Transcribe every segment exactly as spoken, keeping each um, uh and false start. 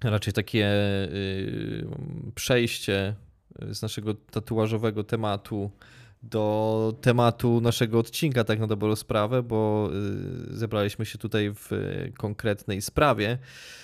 raczej takie y, przejście z naszego tatuażowego tematu do tematu naszego odcinka, tak na dobrą sprawę, bo y, zebraliśmy się tutaj w konkretnej sprawie.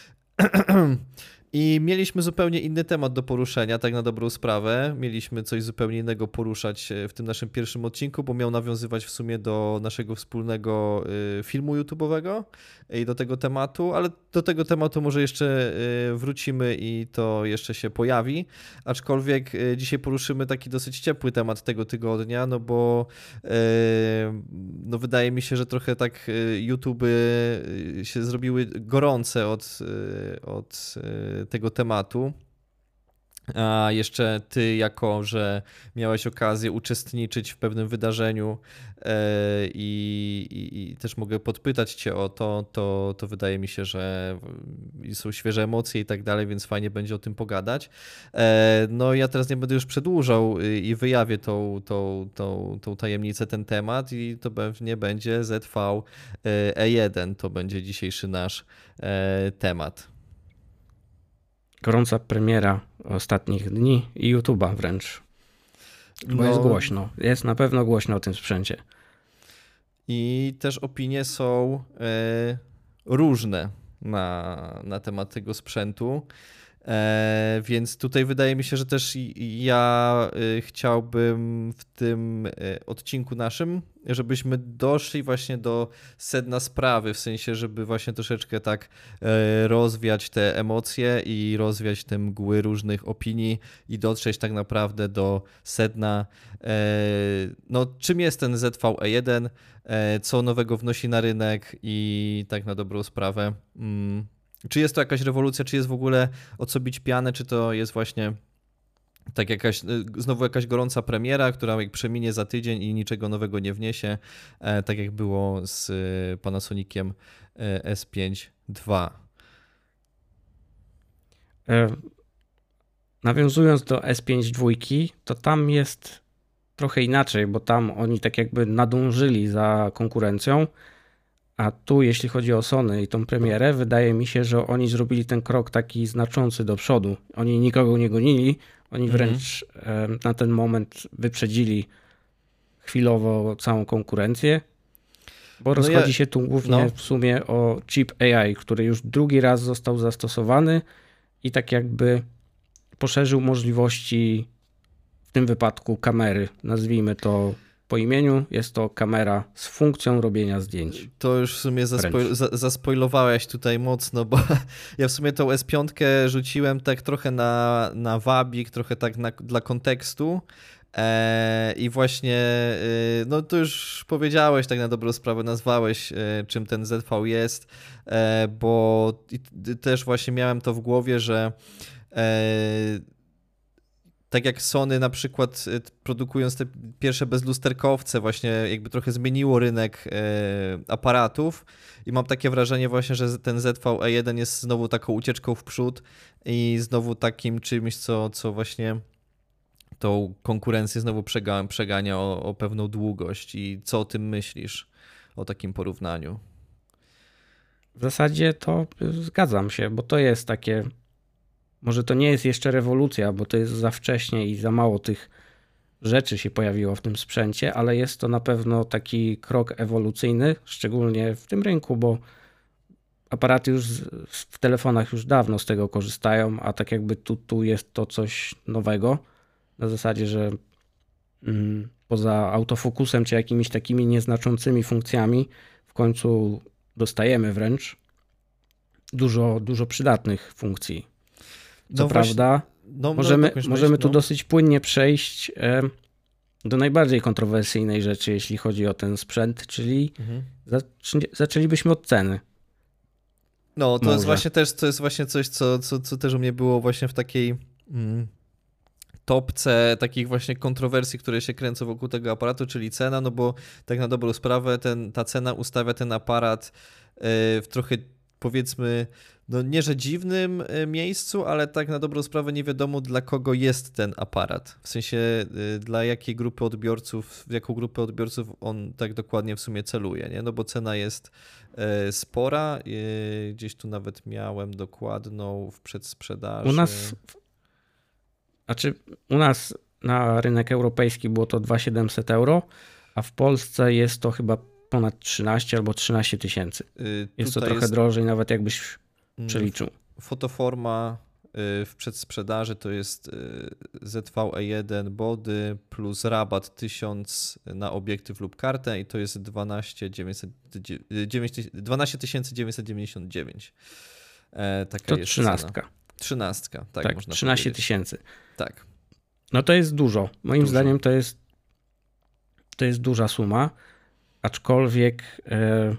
I mieliśmy zupełnie inny temat do poruszenia, tak na dobrą sprawę. Mieliśmy coś zupełnie innego poruszać w tym naszym pierwszym odcinku, bo miał nawiązywać w sumie do naszego wspólnego filmu YouTube'owego i do tego tematu, ale do tego tematu może jeszcze wrócimy i to jeszcze się pojawi. Aczkolwiek dzisiaj poruszymy taki dosyć ciepły temat tego tygodnia, no bo no wydaje mi się, że trochę tak YouTube się zrobiły gorące od, od tego tematu, a jeszcze ty, jako że miałeś okazję uczestniczyć w pewnym wydarzeniu i, i, i też mogę podpytać cię o to, to, to wydaje mi się, że są świeże emocje i tak dalej, więc fajnie będzie o tym pogadać. No ja teraz nie będę już przedłużał i wyjawię tą, tą, tą, tą tajemnicę, ten temat i to pewnie będzie Z V E jeden, to będzie dzisiejszy nasz temat. Gorąca premiera ostatnich dni i YouTube'a wręcz, bo no, jest głośno. Jest na pewno głośno o tym sprzęcie. I też opinie są e, różne na, na temat tego sprzętu, e, więc tutaj wydaje mi się, że też ja e, chciałbym w tym e, odcinku naszym, żebyśmy doszli właśnie do sedna sprawy, w sensie, żeby właśnie troszeczkę tak e, rozwiać te emocje i rozwiać te mgły różnych opinii i dotrzeć tak naprawdę do sedna, e, no czym jest ten Z V E jeden, e, co nowego wnosi na rynek i tak na dobrą sprawę, mm, czy jest to jakaś rewolucja, czy jest w ogóle o co bić pianę, czy to jest właśnie tak jakaś, znowu jakaś gorąca premiera, która jak przeminie za tydzień i niczego nowego nie wniesie, tak jak było z Panasoniciem S pięć dwa. Nawiązując do S pięć dwa, to tam jest trochę inaczej, bo tam oni tak jakby nadążyli za konkurencją, a tu jeśli chodzi o Sony i tą premierę, wydaje mi się, że oni zrobili ten krok taki znaczący do przodu. Oni nikogo nie gonili, oni wręcz mhm. na ten moment wyprzedzili chwilowo całą konkurencję, bo no rozchodzi ja, się tu głównie no. w sumie o chip A I, który już drugi raz został zastosowany i tak jakby poszerzył możliwości w tym wypadku kamery, nazwijmy to po imieniu, jest to kamera z funkcją robienia zdjęć. To już w sumie zaspoil- za- zaspoilowałeś tutaj mocno, bo ja w sumie tą S pięć rzuciłem tak trochę na, na wabik, trochę tak na, dla kontekstu eee, i właśnie, e, no to już powiedziałeś tak na dobrą sprawę, nazwałeś e, czym ten Z V jest, e, bo i, też właśnie miałem to w głowie, że e, tak jak Sony na przykład produkując te pierwsze bezlusterkowce właśnie jakby trochę zmieniło rynek aparatów i mam takie wrażenie właśnie, że ten Z V E jeden jest znowu taką ucieczką w przód i znowu takim czymś, co, co właśnie tą konkurencję znowu przega, przegania o, o pewną długość. I co o tym myślisz, o takim porównaniu? W zasadzie to zgadzam się, bo to jest takie... Może to nie jest jeszcze rewolucja, bo to jest za wcześnie i za mało tych rzeczy się pojawiło w tym sprzęcie, ale jest to na pewno taki krok ewolucyjny, szczególnie w tym rynku, bo aparaty już w telefonach już dawno z tego korzystają, a tak jakby tu, tu jest to coś nowego, na zasadzie, że mm, poza autofokusem czy jakimiś takimi nieznaczącymi funkcjami w końcu dostajemy wręcz dużo, dużo przydatnych funkcji. Co no prawda, no, możemy, no, możemy myśl, tu no. dosyć płynnie przejść e, do najbardziej kontrowersyjnej rzeczy, jeśli chodzi o ten sprzęt, czyli mhm. zaczę, zaczęlibyśmy od ceny. No, to Może. jest właśnie też to jest właśnie coś, co, co, co też u mnie było właśnie w takiej mm, topce takich właśnie kontrowersji, które się kręcą wokół tego aparatu, czyli cena, no bo tak na dobrą sprawę ten, ta cena ustawia ten aparat y, w trochę powiedzmy, no nie że dziwnym miejscu, ale tak na dobrą sprawę nie wiadomo dla kogo jest ten aparat. W sensie dla jakiej grupy odbiorców, w jaką grupę odbiorców on tak dokładnie w sumie celuje, nie? No bo cena jest spora, gdzieś tu nawet miałem dokładną w przedsprzedaży. U nas, znaczy u nas na rynek europejski było to dwa tysiące siedemset euro, a w Polsce jest to chyba ponad trzynaście albo trzynaście tysięcy. Jest to trochę jest... drożej, nawet jakbyś przeliczył. Fotoforma w przedsprzedaży to jest Z V E jeden body plus rabat tysiąc na obiektyw lub kartę i to jest dwanaście tysięcy dziewięćset dziewięćdziesiąt dziewięć. Taka to jest trzynastka. Cena. Trzynastka, tak, tak można trzynaście tysięcy. Tak. No to jest dużo. Moim dużo. zdaniem to jest, to jest duża suma, aczkolwiek e,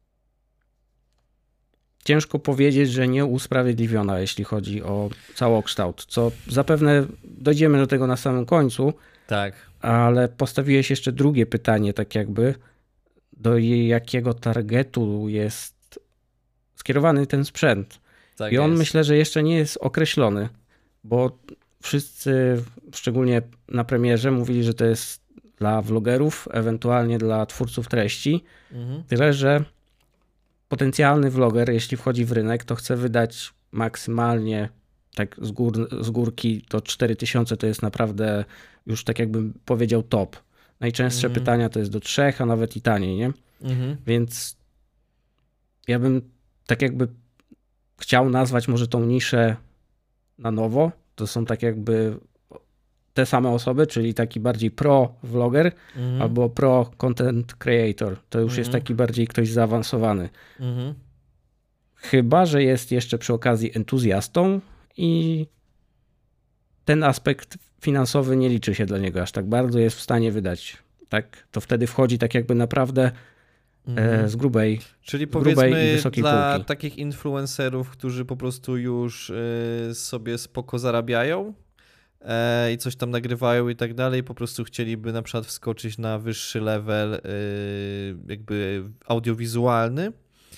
ciężko powiedzieć, że nie usprawiedliwiona, jeśli chodzi o całokształt, co zapewne dojdziemy do tego na samym końcu, tak. Ale postawiłeś jeszcze drugie pytanie, tak jakby, do jakiego targetu jest skierowany ten sprzęt. Tak I on jest. myślę, że jeszcze nie jest określony, bo wszyscy, szczególnie na premierze, mówili, że to jest dla vlogerów, ewentualnie dla twórców treści, mhm. Tyle, że potencjalny vloger, jeśli wchodzi w rynek, to chce wydać maksymalnie, tak z, gór, z górki, to cztery tysiące to jest naprawdę już tak jakbym powiedział top. Najczęstsze mhm. pytania to jest do trzech, a nawet i taniej, nie? Mhm. Więc ja bym tak jakby chciał nazwać może tą niszę na nowo. To są tak jakby te same osoby, czyli taki bardziej pro vloger mhm. albo pro content creator. To już mhm. jest taki bardziej ktoś zaawansowany. Mhm. Chyba że jest jeszcze przy okazji entuzjastą i ten aspekt finansowy nie liczy się dla niego aż tak bardzo, jest w stanie wydać. Tak? To wtedy wchodzi tak jakby naprawdę mhm. z grubej, Czyli z grubej powiedzmy i wysokiej dla półki. Takich influencerów, którzy po prostu już sobie spoko zarabiają i coś tam nagrywają i tak dalej, po prostu chcieliby na przykład wskoczyć na wyższy level jakby audiowizualny,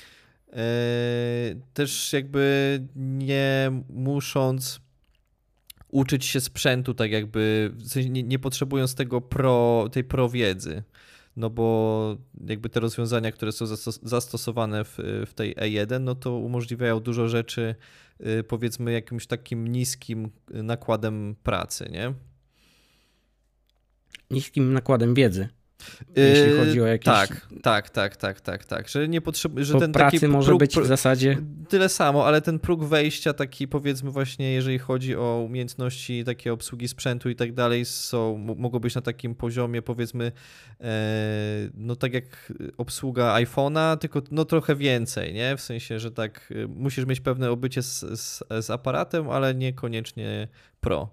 też jakby nie musząc uczyć się sprzętu tak jakby, w sensie nie, nie potrzebując tego pro, tej pro wiedzy, no bo jakby te rozwiązania, które są zastosowane w, w tej E jeden, no to umożliwiają dużo rzeczy powiedzmy jakimś takim niskim nakładem pracy, nie? Niskim nakładem wiedzy. Jeśli chodzi o jakieś... Tak, tak, tak, tak, tak, tak, że nie potrzebuje, że po ten pracy taki może próg, być w zasadzie... Tyle samo, ale ten próg wejścia taki powiedzmy właśnie, jeżeli chodzi o umiejętności takie obsługi sprzętu i tak dalej, są, mogą być na takim poziomie powiedzmy e, no tak jak obsługa iPhone'a, tylko no trochę więcej, nie? W sensie, że tak musisz mieć pewne obycie z, z, z aparatem, ale niekoniecznie pro.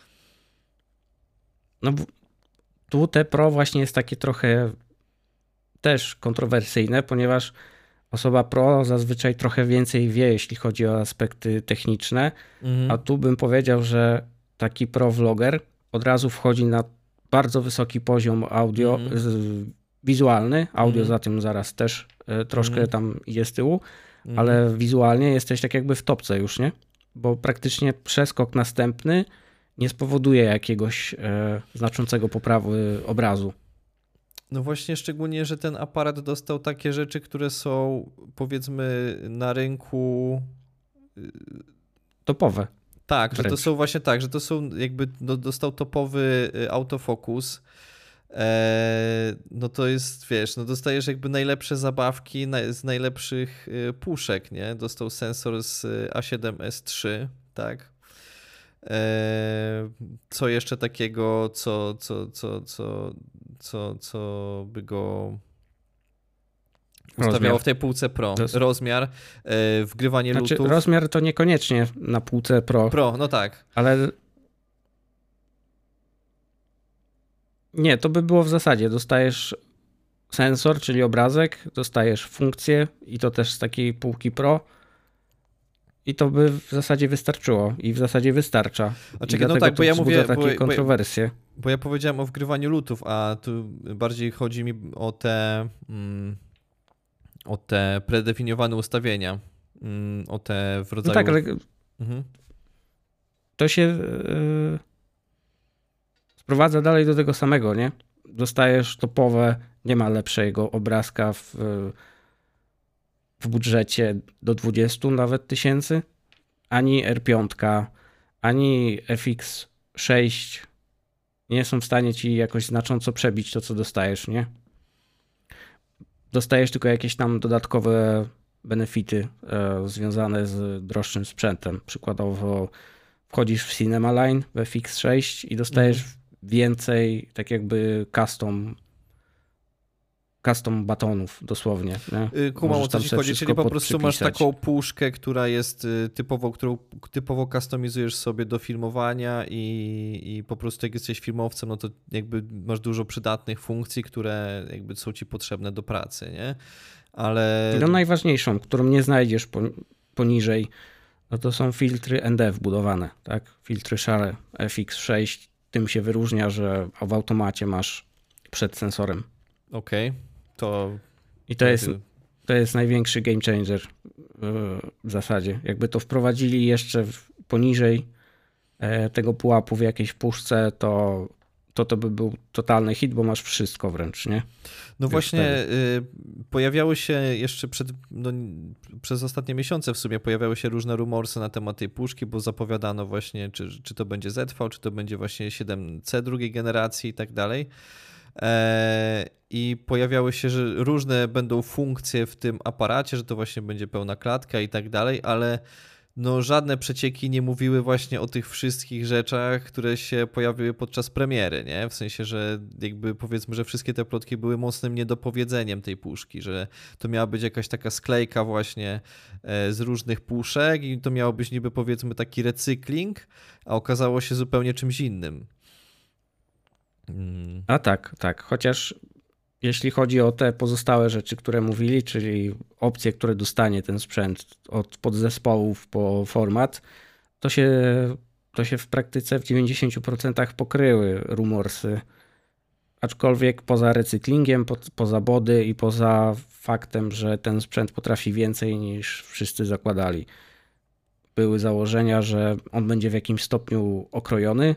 No tu te pro właśnie jest takie trochę też kontrowersyjne, ponieważ osoba pro zazwyczaj trochę więcej wie, jeśli chodzi o aspekty techniczne, mhm. a tu bym powiedział, że taki pro vloger od razu wchodzi na bardzo wysoki poziom audio, mhm. z, wizualny, audio mhm. za tym zaraz też y, troszkę mhm. tam idzie z tyłu, mhm. ale wizualnie jesteś tak jakby w topce już, nie? Bo praktycznie przeskok następny nie spowoduje jakiegoś e, znaczącego poprawy obrazu. No właśnie, szczególnie, że ten aparat dostał takie rzeczy, które są powiedzmy na rynku topowe. Tak, wręcz. Że to są właśnie tak, że to są jakby no, dostał topowy autofokus. E, no to jest, wiesz, no dostajesz jakby najlepsze zabawki na, z najlepszych puszek, nie? Dostał sensor z A siedem S trzy, tak? Co jeszcze takiego, co, co, co, co, co, co by go ustawiało rozmiar. W tej półce Pro? Roz... Rozmiar, wgrywanie znaczy, lutów. Rozmiar to niekoniecznie na półce Pro. Pro, no tak. Ale nie, to by było w zasadzie. Dostajesz sensor, czyli obrazek, dostajesz funkcję i to też z takiej półki Pro. I to by w zasadzie wystarczyło i w zasadzie wystarcza. A czekaj, no tak, bo ja mówię takie bo, kontrowersje. Bo, bo ja powiedziałem o wgrywaniu lutów, a tu bardziej chodzi mi o te mm, o te predefiniowane ustawienia. o te w rodzaju... No tak, ale mhm. to się yy, sprowadza dalej do tego samego, nie? Dostajesz topowe, nie ma lepszego obrazka w, w budżecie do dwudziestu nawet tysięcy, ani R pięć, ani F X sześć nie są w stanie ci jakoś znacząco przebić to, co dostajesz, nie? Dostajesz tylko jakieś tam dodatkowe benefity e, związane z droższym sprzętem. Przykładowo wchodzisz w Cinema Line w F X sześć i dostajesz mm. więcej tak jakby custom custom batonów dosłownie. Nie? Kumam, o co ci chodzi, czyli po prostu masz taką puszkę, która jest typowo, którą typowo customizujesz sobie do filmowania i, i po prostu jak jesteś filmowcem, no to jakby masz dużo przydatnych funkcji, które jakby są ci potrzebne do pracy, nie? Ale... No najważniejszą, którą nie znajdziesz poniżej, no to są filtry N D wbudowane, tak? Filtry szare F X sześć, tym się wyróżnia, że w automacie masz przed sensorem. Okej. Okay. To... I to jest, to jest największy game changer w zasadzie. Jakby to wprowadzili jeszcze poniżej tego pułapu w jakiejś puszce, to, to to by był totalny hit, bo masz wszystko wręcz, nie? No Wiesz, właśnie y, pojawiały się jeszcze przed, no, przez ostatnie miesiące w sumie pojawiały się różne rumorsy na temat tej puszki, bo zapowiadano właśnie, czy, czy to będzie Z V, czy to będzie właśnie siedem C drugiej generacji i tak dalej. I pojawiały się, że różne będą funkcje w tym aparacie, że to właśnie będzie pełna klatka i tak dalej, ale no żadne przecieki nie mówiły właśnie o tych wszystkich rzeczach, które się pojawiły podczas premiery, nie? W sensie, że jakby powiedzmy, że wszystkie te plotki były mocnym niedopowiedzeniem tej puszki, że to miała być jakaś taka sklejka właśnie z różnych puszek i to miało być niby powiedzmy taki recykling, a okazało się zupełnie czymś innym. Hmm. A tak, tak. Chociaż jeśli chodzi o te pozostałe rzeczy, które mówili, czyli opcje, które dostanie ten sprzęt od podzespołów po format, to się, to się w praktyce w dziewięćdziesięciu procentach pokryły rumorsy. Aczkolwiek poza recyklingiem, po, poza body i poza faktem, że ten sprzęt potrafi więcej niż wszyscy zakładali. Były założenia, że on będzie w jakimś stopniu okrojony,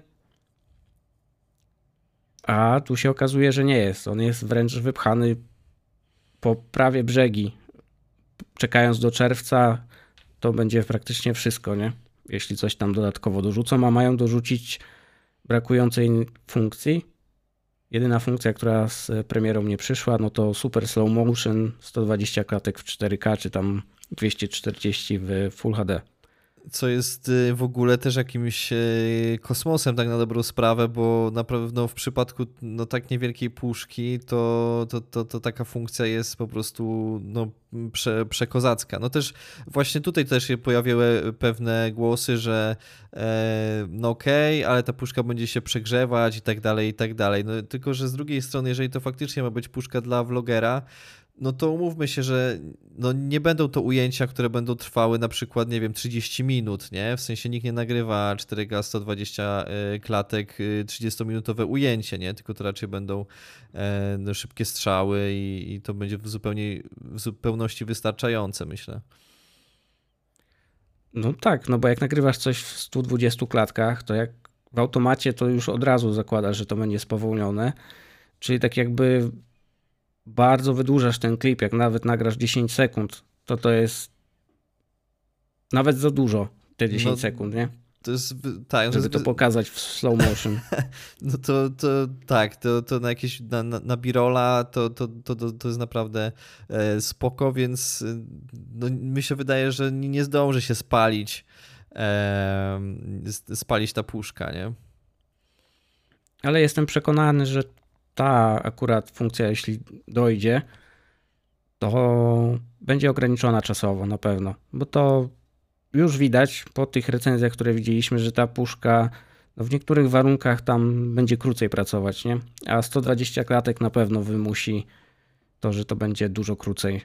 a tu się okazuje, że nie jest. On jest wręcz wypchany po prawie brzegi. Czekając do czerwca, to będzie praktycznie wszystko, nie? Jeśli coś tam dodatkowo dorzucą, a mają dorzucić brakującej funkcji. Jedyna funkcja, która z premierą nie przyszła, no to super slow motion, sto dwadzieścia klatek w cztery K, czy tam dwieście czterdzieści w Full H D. Co jest w ogóle też jakimś kosmosem tak na dobrą sprawę, bo na pewno w przypadku no, tak niewielkiej puszki to, to, to, to taka funkcja jest po prostu no, prze, przekozacka. No też właśnie tutaj też się pojawiły pewne głosy, że e, no okej, okay, ale ta puszka będzie się przegrzewać i tak dalej, i tak dalej. No, tylko, że z drugiej strony, jeżeli to faktycznie ma być puszka dla vlogera, no to umówmy się, że no nie będą to ujęcia, które będą trwały na przykład, nie wiem, trzydzieści minut, nie? W sensie nikt nie nagrywa cztery K sto dwadzieścia klatek trzydziestominutowe ujęcie, nie? Tylko to raczej będą no, szybkie strzały i, i to będzie w, zupełnie, w zupełności wystarczające, myślę. No tak, no bo jak nagrywasz coś w stu dwudziestu klatkach, to jak w automacie to już od razu zakładasz, że to będzie spowolnione, czyli tak jakby bardzo wydłużasz ten klip, jak nawet nagrasz dziesięć sekund, to to jest nawet za dużo, te dziesięć no, sekund, nie? To jest, tak, żeby to, jest... to pokazać w slow motion. No to, to tak, to, to na jakieś, na, na B-rolla to, to, to, to jest naprawdę spoko, więc no, mi się wydaje, że nie zdąży się spalić e, spalić ta puszka, nie? Ale jestem przekonany, że ta akurat funkcja, jeśli dojdzie, to będzie ograniczona czasowo na pewno, bo to już widać po tych recenzjach, które widzieliśmy, że ta puszka no w niektórych warunkach tam będzie krócej pracować, nie? A sto dwadzieścia klatek na pewno wymusi to, że to będzie dużo krócej.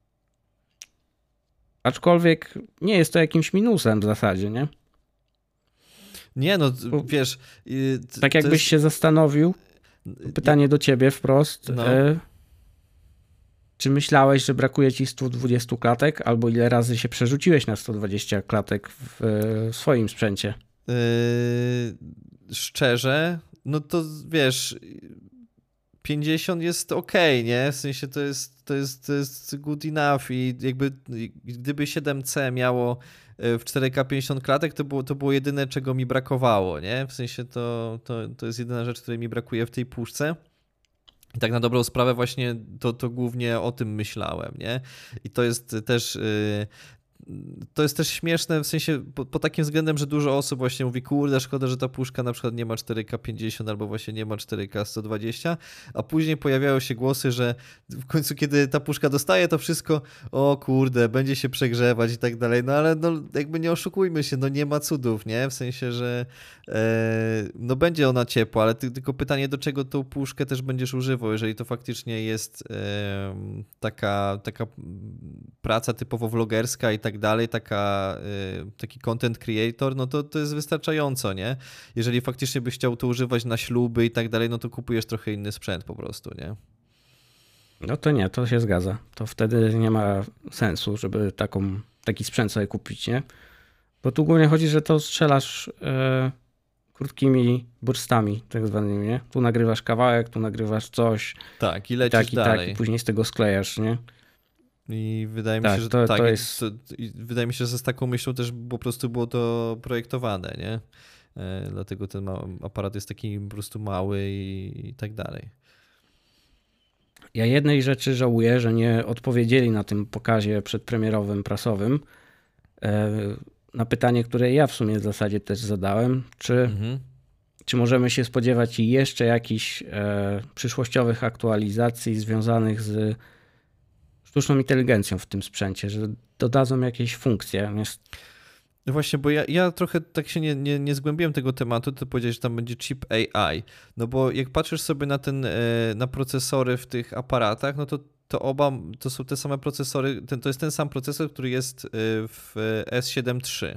Aczkolwiek nie jest to jakimś minusem w zasadzie, nie? Nie, no wiesz... Tak jakbyś jest... się zastanowił, pytanie do ciebie wprost. No. E, czy myślałeś, że brakuje ci stu dwudziestu klatek, albo ile razy się przerzuciłeś na sto dwadzieścia klatek w, w swoim sprzęcie? Yy, szczerze, no to wiesz, pięćdziesiąt jest okej, nie? W sensie to jest, to jest, to jest good enough i jakby gdyby siedem C miało w cztery K pięćdziesiąt klatek, to było, to było jedyne, czego mi brakowało, nie? W sensie to, to, to jest jedyna rzecz, której mi brakuje w tej puszce. I tak na dobrą sprawę właśnie to, to głównie o tym myślałem, nie? I to jest też... Yy, to jest też śmieszne w sensie po, po takim względem, że dużo osób właśnie mówi, kurde, szkoda, że ta puszka na przykład nie ma cztery K pięćdziesiąt albo właśnie nie ma cztery K sto dwadzieścia, a później pojawiają się głosy, że w końcu kiedy ta puszka dostaje to wszystko, o kurde, będzie się przegrzewać i tak dalej, no ale no jakby nie oszukujmy się, no nie ma cudów, nie? W sensie, że e, no będzie ona ciepła, ale ty, tylko pytanie, do czego tą puszkę też będziesz używał, jeżeli to faktycznie jest e, taka, taka praca typowo vlogerska i tak dalej, taka, taki content creator, no to to jest wystarczająco, nie? Jeżeli faktycznie byś chciał to używać na śluby i tak dalej, no to kupujesz trochę inny sprzęt po prostu, nie? No to nie, to się zgadza. To wtedy nie ma sensu, żeby taką, taki sprzęt sobie kupić, nie? Bo tu głównie chodzi, że to strzelasz e, krótkimi burstami tak zwanymi, nie? Tu nagrywasz kawałek, tu nagrywasz coś. Tak, i lecisz i tak, dalej. I tak, i później z tego sklejasz, nie? I wydaje mi tak, się, że to, tak, to jest... to, wydaje mi się, że z taką myślą też po prostu było to projektowane, nie? E, dlatego ten aparat jest taki po prostu mały i, i tak dalej. Ja jednej rzeczy żałuję, że nie odpowiedzieli na tym pokazie przedpremierowym, prasowym e, na pytanie, które ja w sumie w zasadzie też zadałem, czy, mhm. czy możemy się spodziewać jeszcze jakichś e, przyszłościowych aktualizacji związanych z sztuczną inteligencją w tym sprzęcie, że dodadzą jakieś funkcje. Jest... No właśnie, bo ja, ja trochę tak się nie, nie, nie zgłębiłem tego tematu, to powiedziałeś, że tam będzie chip A I. No bo jak patrzysz sobie na ten, na procesory w tych aparatach, no to, to oba to są te same procesory, ten, to jest ten sam procesor, który jest w S siedem trzy.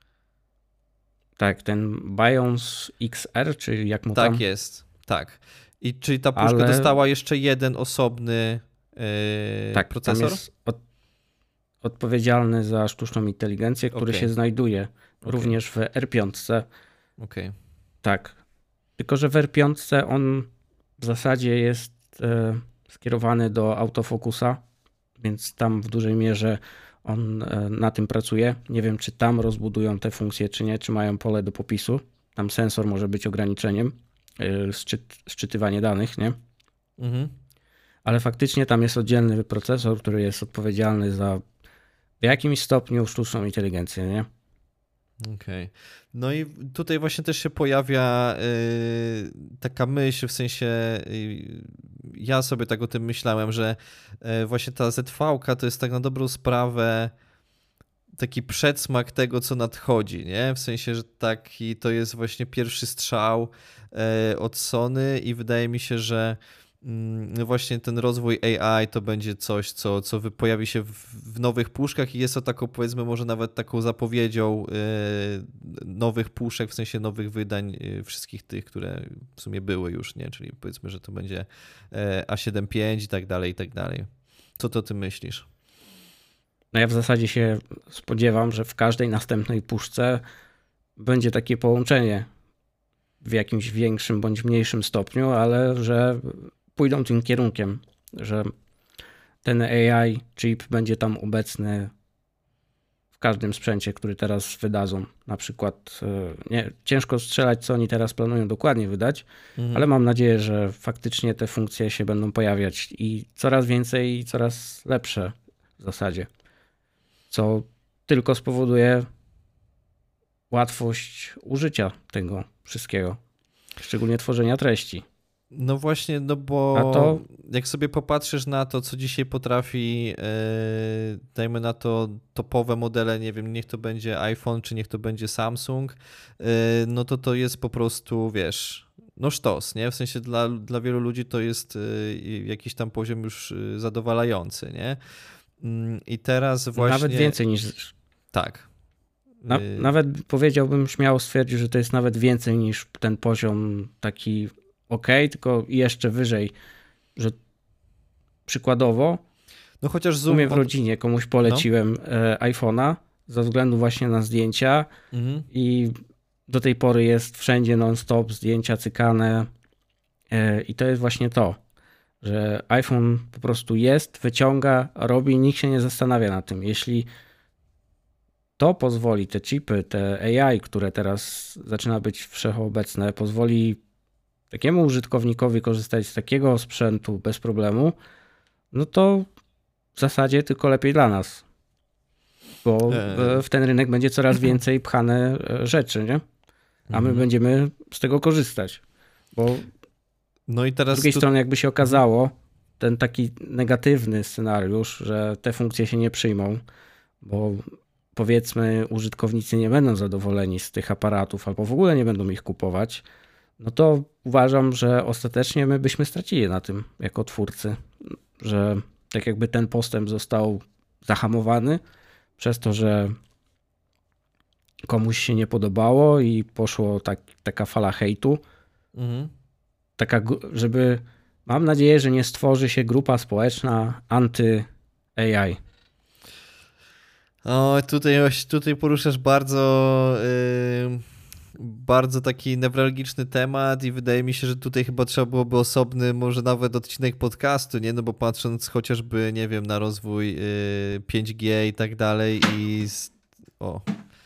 Tak, ten Bions X R, czy jak mu tak tam? jest, tak. I czyli ta puszka Ale... dostała jeszcze jeden osobny Yy, tak, procesor? Tam jest od, odpowiedzialny za sztuczną inteligencję, który okay. się znajduje okay. również w R pięć. Okay. Tak. Tylko że w R pięć on w zasadzie jest e, skierowany do autofokusa, więc tam w dużej mierze on e, na tym pracuje. Nie wiem, czy tam rozbudują te funkcje, czy nie, czy mają pole do popisu. Tam sensor może być ograniczeniem, e, szczyt, szczytywanie danych, nie? Mhm. Ale faktycznie tam jest oddzielny procesor, który jest odpowiedzialny za w jakimś stopniu sztuczną inteligencję, nie? Okej. Okay. No i tutaj właśnie też się pojawia yy, taka myśl, w sensie yy, ja sobie tak o tym myślałem, że yy, właśnie ta Z V-ka to jest tak na dobrą sprawę taki przedsmak tego, co nadchodzi, nie? W sensie, że taki to jest właśnie pierwszy strzał yy, od Sony i wydaje mi się, że no właśnie ten rozwój A I to będzie coś, co, co pojawi się w, w nowych puszkach i jest to taką, powiedzmy, może nawet taką zapowiedzią y, nowych puszek, w sensie nowych wydań y, wszystkich tych, które w sumie były już, nie? Czyli powiedzmy, że to będzie y, A siedem pięć i tak dalej, i tak dalej. Co to ty myślisz? No ja w zasadzie się spodziewam, że w każdej następnej puszce będzie takie połączenie w jakimś większym bądź mniejszym stopniu, ale że pójdą tym kierunkiem, że ten A I chip będzie tam obecny w każdym sprzęcie, który teraz wydadzą. Na przykład nie, ciężko strzelać, co oni teraz planują dokładnie wydać, mhm. ale mam nadzieję, że faktycznie te funkcje się będą pojawiać i coraz więcej i coraz lepsze w zasadzie, co tylko spowoduje łatwość użycia tego wszystkiego, szczególnie tworzenia treści. No właśnie, no bo A to... jak sobie popatrzysz na to, co dzisiaj potrafi, yy, dajmy na to topowe modele, nie wiem, niech to będzie iPhone, czy niech to będzie Samsung, yy, no to to jest po prostu, wiesz, no sztos, nie? W sensie dla, dla wielu ludzi to jest yy, jakiś tam poziom już zadowalający, nie? Yy, I teraz właśnie... Nawet więcej niż... Tak. Na, yy... Nawet powiedziałbym, śmiało stwierdzić, że to jest nawet więcej niż ten poziom taki ok, tylko jeszcze wyżej, że przykładowo No chociaż U Zoom... mnie w rodzinie komuś poleciłem no. iPhone'a ze względu właśnie na zdjęcia mhm. i do tej pory jest wszędzie non-stop zdjęcia cykane i to jest właśnie to, że iPhone po prostu jest, wyciąga, robi, nikt się nie zastanawia na tym. Jeśli to pozwoli, te chipy, te A I, które teraz zaczyna być wszechobecne, pozwoli takiemu użytkownikowi korzystać z takiego sprzętu bez problemu, no to w zasadzie tylko lepiej dla nas. Bo w ten rynek będzie coraz więcej pchane rzeczy, nie? A my mhm. będziemy z tego korzystać. Bo no i teraz z drugiej tu... strony jakby się okazało, ten taki negatywny scenariusz, że te funkcje się nie przyjmą, bo powiedzmy użytkownicy nie będą zadowoleni z tych aparatów albo w ogóle nie będą ich kupować, no to uważam, że ostatecznie my byśmy stracili na tym jako twórcy, że tak jakby ten postęp został zahamowany przez to, że komuś się nie podobało i poszło tak, taka fala hejtu. Mhm. Taka, żeby, mam nadzieję, że nie stworzy się grupa społeczna anty-A I. O, tutaj, tutaj poruszasz bardzo, yy, bardzo taki newralgiczny temat i wydaje mi się, że tutaj chyba trzeba byłoby osobny, może nawet odcinek podcastu, nie? No bo patrząc chociażby, nie wiem, na rozwój yy, pięć G i tak dalej i... Z... O.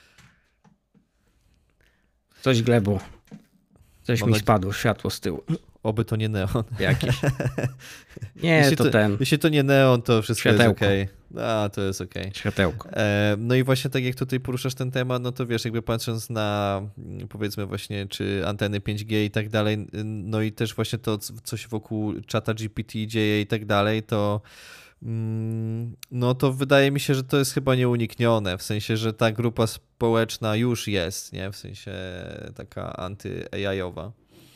Coś źle było. Coś Mam mi spadło, światło z tyłu. Oby to nie neon. Jakiś. Nie, jeśli to, to ten. Jeśli to nie neon, to wszystko Światełko. jest okej. Okay. A, to jest okej. Okay. Światełko. E, no i właśnie tak jak tutaj poruszasz ten temat, no to wiesz, jakby patrząc na powiedzmy właśnie, czy anteny pięć G i tak dalej, no i też właśnie to, co się wokół czata G P T dzieje i tak dalej, to no to wydaje mi się, że to jest chyba nieuniknione, w sensie, że ta grupa społeczna już jest, nie? W sensie taka anty-A I-owa.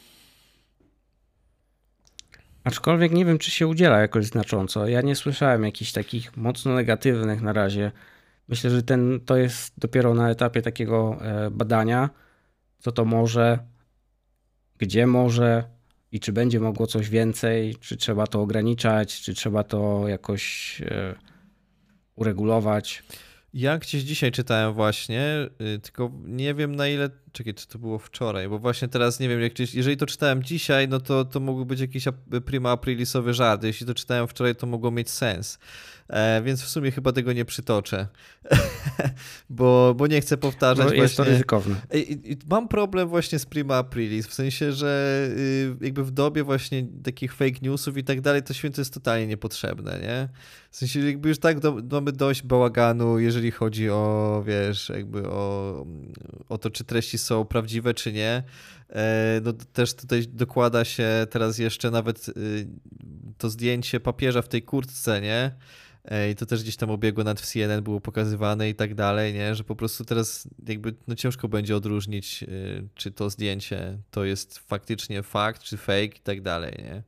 Aczkolwiek nie wiem, czy się udziela jakoś znacząco. Ja nie słyszałem jakichś takich mocno negatywnych na razie. Myślę, że ten, to jest dopiero na etapie takiego badania, co to może, gdzie może i czy będzie mogło coś więcej, czy trzeba to ograniczać, czy trzeba to jakoś uregulować. Ja gdzieś dzisiaj czytałem właśnie, tylko nie wiem na ile, czekaj, czy to było wczoraj, bo właśnie teraz nie wiem, jak gdzieś, jeżeli to czytałem dzisiaj, no to to mógł być jakiś prima aprilisowy żart, jeśli to czytałem wczoraj, to mogło mieć sens, e, więc w sumie chyba tego nie przytoczę, bo, bo nie chcę powtarzać. No, jest właśnie. To ryzykowne. I, i mam problem właśnie z prima aprilis, w sensie, że jakby w dobie właśnie takich fake newsów i tak dalej, to święto jest totalnie niepotrzebne, nie? W sensie jakby już tak do, mamy dość bałaganu, jeżeli chodzi o, wiesz, jakby o, o to, czy treści są prawdziwe, czy nie. No też tutaj dokłada się teraz jeszcze nawet to zdjęcie papieża w tej kurtce, nie? I to też gdzieś tam obiegło nad w C N N, było pokazywane i tak dalej, nie? Że po prostu teraz jakby no ciężko będzie odróżnić, czy to zdjęcie to jest faktycznie fakt, czy fake i tak dalej, nie?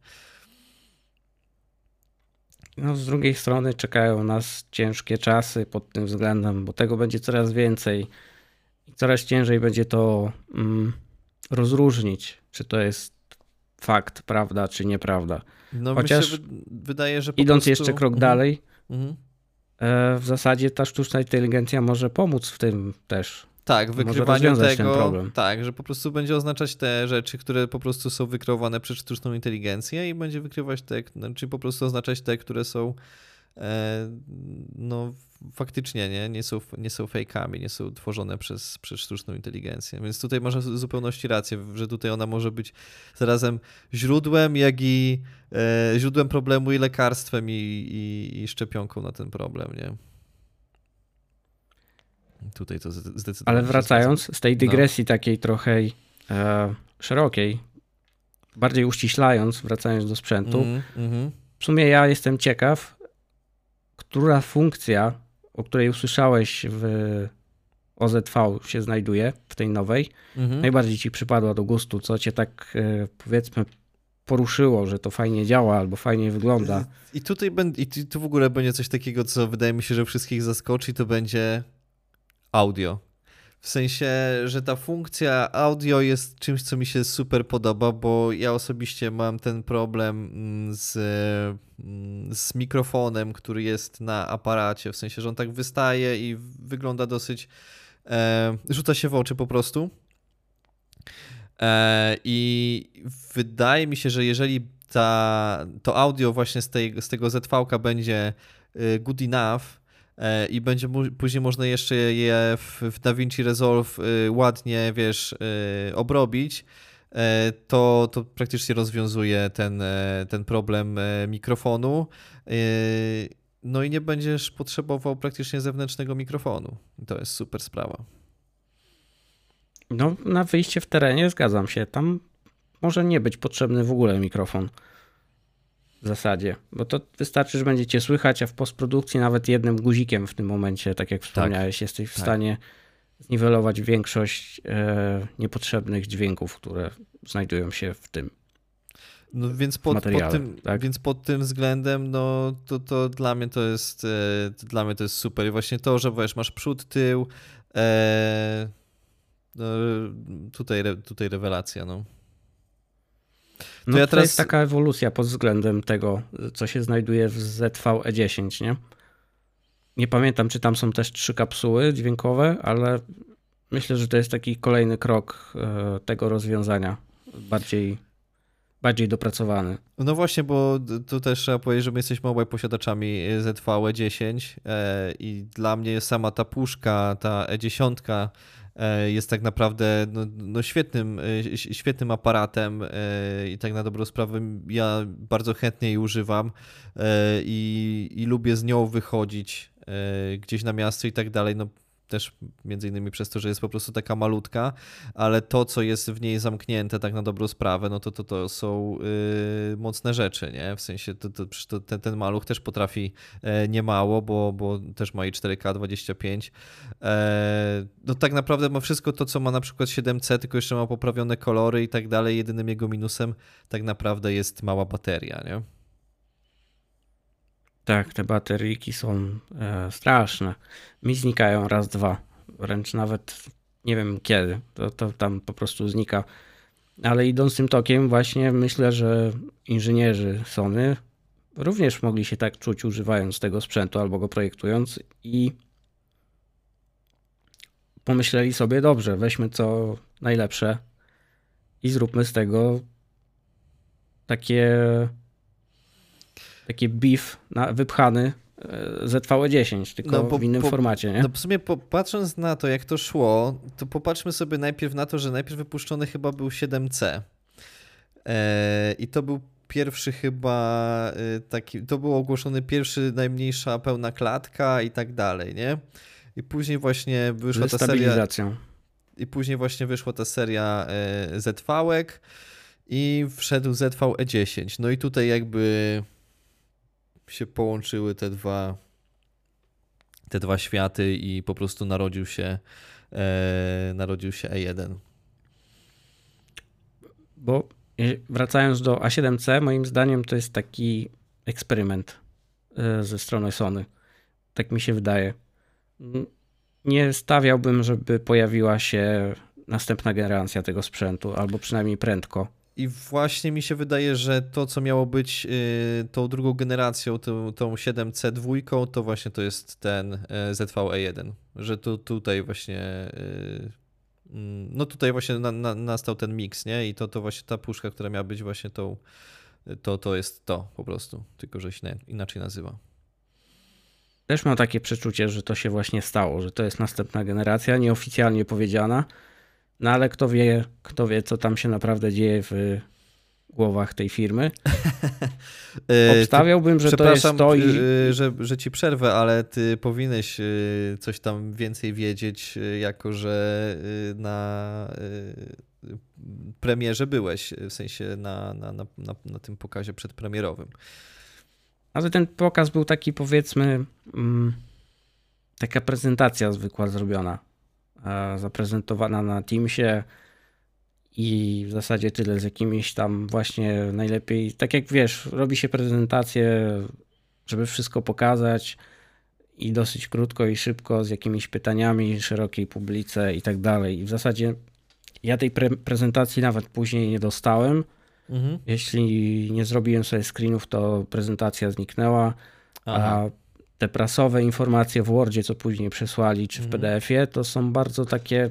No z drugiej strony czekają nas ciężkie czasy pod tym względem, bo tego będzie coraz więcej i coraz ciężej będzie to mm, rozróżnić, czy to jest fakt, prawda, czy nieprawda. No Chociaż mi się wydaje, że po idąc prostu... jeszcze krok mhm. dalej, mhm. w zasadzie ta sztuczna inteligencja może pomóc w tym też. Tak, w wykrywaniu tego, tak, że po prostu będzie oznaczać te rzeczy, które po prostu są wykreowane przez sztuczną inteligencję i będzie wykrywać te, znaczy po prostu oznaczać te, które są e, no faktycznie nie, nie są, nie są fejkami, nie są tworzone przez, przez sztuczną inteligencję. Więc tutaj masz w zupełności rację, że tutaj ona może być zarazem źródłem, jak i e, źródłem problemu i lekarstwem i, i, i szczepionką na ten problem, nie? Tutaj to zdecydowanie. Ale wracając z tej dygresji no. takiej trochę e, szerokiej, bardziej uściślając, wracając do sprzętu, mm, mm. w sumie ja jestem ciekaw, która funkcja, o której usłyszałeś w O Z V się znajduje, w tej nowej, mm-hmm. najbardziej ci przypadła do gustu, co cię tak e, powiedzmy poruszyło, że to fajnie działa albo fajnie wygląda. I tutaj będ- i tu w ogóle będzie coś takiego, co wydaje mi się, że wszystkich zaskoczy, to będzie audio. W sensie, że ta funkcja audio jest czymś, co mi się super podoba, bo ja osobiście mam ten problem z, z mikrofonem, który jest na aparacie, w sensie, że on tak wystaje i wygląda dosyć, e, rzuca się w oczy po prostu. E, I wydaje mi się, że jeżeli ta, to audio właśnie z, tej, z tego Z V K będzie good enough, i będzie mu, później można jeszcze je w, w DaVinci Resolve ładnie, wiesz, obrobić, to, to praktycznie rozwiązuje ten, ten problem mikrofonu. No i nie będziesz potrzebował praktycznie zewnętrznego mikrofonu. To jest super sprawa. No, na wyjście w terenie zgadzam się. Tam może nie być potrzebny w ogóle mikrofon. W zasadzie, bo to wystarczy, że będziecie słychać, a w postprodukcji nawet jednym guzikiem w tym momencie, tak jak wspomniałeś, tak, jesteś w tak. stanie zniwelować większość e, niepotrzebnych dźwięków, które znajdują się w tym no więc pod, pod tym, tak? Więc pod tym względem, no to, to dla mnie to jest to dla mnie to jest super. I właśnie to, że wiesz, masz przód, tył, e, no, tutaj, tutaj rewelacja, no. To no ja to teraz... jest taka ewolucja pod względem tego, co się znajduje w Z V E dziesięć, nie? Nie pamiętam, czy tam są też trzy kapsuły dźwiękowe, ale myślę, że to jest taki kolejny krok tego rozwiązania, bardziej, bardziej dopracowany. No właśnie, bo tu też trzeba powiedzieć, że my jesteśmy obaj posiadaczami Z V E dziesięć i dla mnie sama ta puszka, ta E dziesięć jest tak naprawdę no, no świetnym, świetnym aparatem i tak na dobrą sprawę ja bardzo chętnie jej używam i, i lubię z nią wychodzić gdzieś na miasto i tak dalej. No, też między innymi przez to, że jest po prostu taka malutka, ale to, co jest w niej zamknięte tak na dobrą sprawę, no to to, to są yy, mocne rzeczy, nie? W sensie to, to, to, ten, ten maluch też potrafi e, niemało, bo, bo też ma i cztery K dwadzieścia pięć. E, no tak naprawdę ma wszystko to, co ma na przykład siedem C, tylko jeszcze ma poprawione kolory i tak dalej. Jedynym jego minusem tak naprawdę jest mała bateria, nie? Tak, te bateryjki są e, straszne. Mi znikają raz, dwa. Wręcz nawet nie wiem kiedy. To, to tam po prostu znika. Ale idąc tym tokiem właśnie myślę, że inżynierzy Sony również mogli się tak czuć używając tego sprzętu albo go projektując i pomyśleli sobie, dobrze, weźmy co najlepsze i zróbmy z tego takie taki beef na, wypchany Z V E dziesięć, tylko no bo, w innym po, formacie, nie? No w sumie po, patrząc na to, jak to szło, to popatrzmy sobie najpierw na to, że najpierw wypuszczony chyba był siedem C e, i to był pierwszy chyba taki, to był ogłoszony pierwszy, najmniejsza pełna klatka i tak dalej, nie? I później właśnie wyszła ta seria i później właśnie wyszła ta seria e, Z V-ek i wszedł Z V E dziesięć. No i tutaj jakby się połączyły te dwa te dwa światy i po prostu narodził się e, narodził się E jeden. Bo wracając do A siedem C, moim zdaniem to jest taki eksperyment ze strony Sony. Tak mi się wydaje. Nie stawiałbym, żeby pojawiła się następna generacja tego sprzętu, albo przynajmniej prędko. I właśnie mi się wydaje, że to, co miało być y, tą drugą generacją, tą, tą siedem C dwa, to właśnie to jest ten y, Z V E jeden. Że tu, tutaj właśnie y, no tutaj właśnie na, na, nastał ten miks, nie? I to, to właśnie ta puszka, która miała być właśnie tą, to, to jest to po prostu, tylko że się inaczej nazywa. Też mam takie przeczucie, że to się właśnie stało, że to jest następna generacja, nieoficjalnie powiedziana. No ale kto wie, kto wie, co tam się naprawdę dzieje w głowach tej firmy. Obstawiałbym, że to jest to i... że, że ci przerwę, ale ty powinieneś coś tam więcej wiedzieć, jako że na premierze byłeś, w sensie na, na, na, na, na tym pokazie przedpremierowym. Ale ten pokaz był taki, powiedzmy, taka prezentacja zwykła zrobiona. Zaprezentowana na Teamsie i w zasadzie tyle, z jakimiś tam właśnie najlepiej, tak jak wiesz, robi się prezentację, żeby wszystko pokazać i dosyć krótko i szybko, z jakimiś pytaniami, szerokiej publice i tak dalej. I w zasadzie ja tej pre- prezentacji nawet później nie dostałem. Mhm. Jeśli nie zrobiłem sobie screenów, to prezentacja zniknęła, Aha. a te prasowe informacje w Wordzie, co później przesłali, czy w mhm. P D F-ie, to są bardzo takie,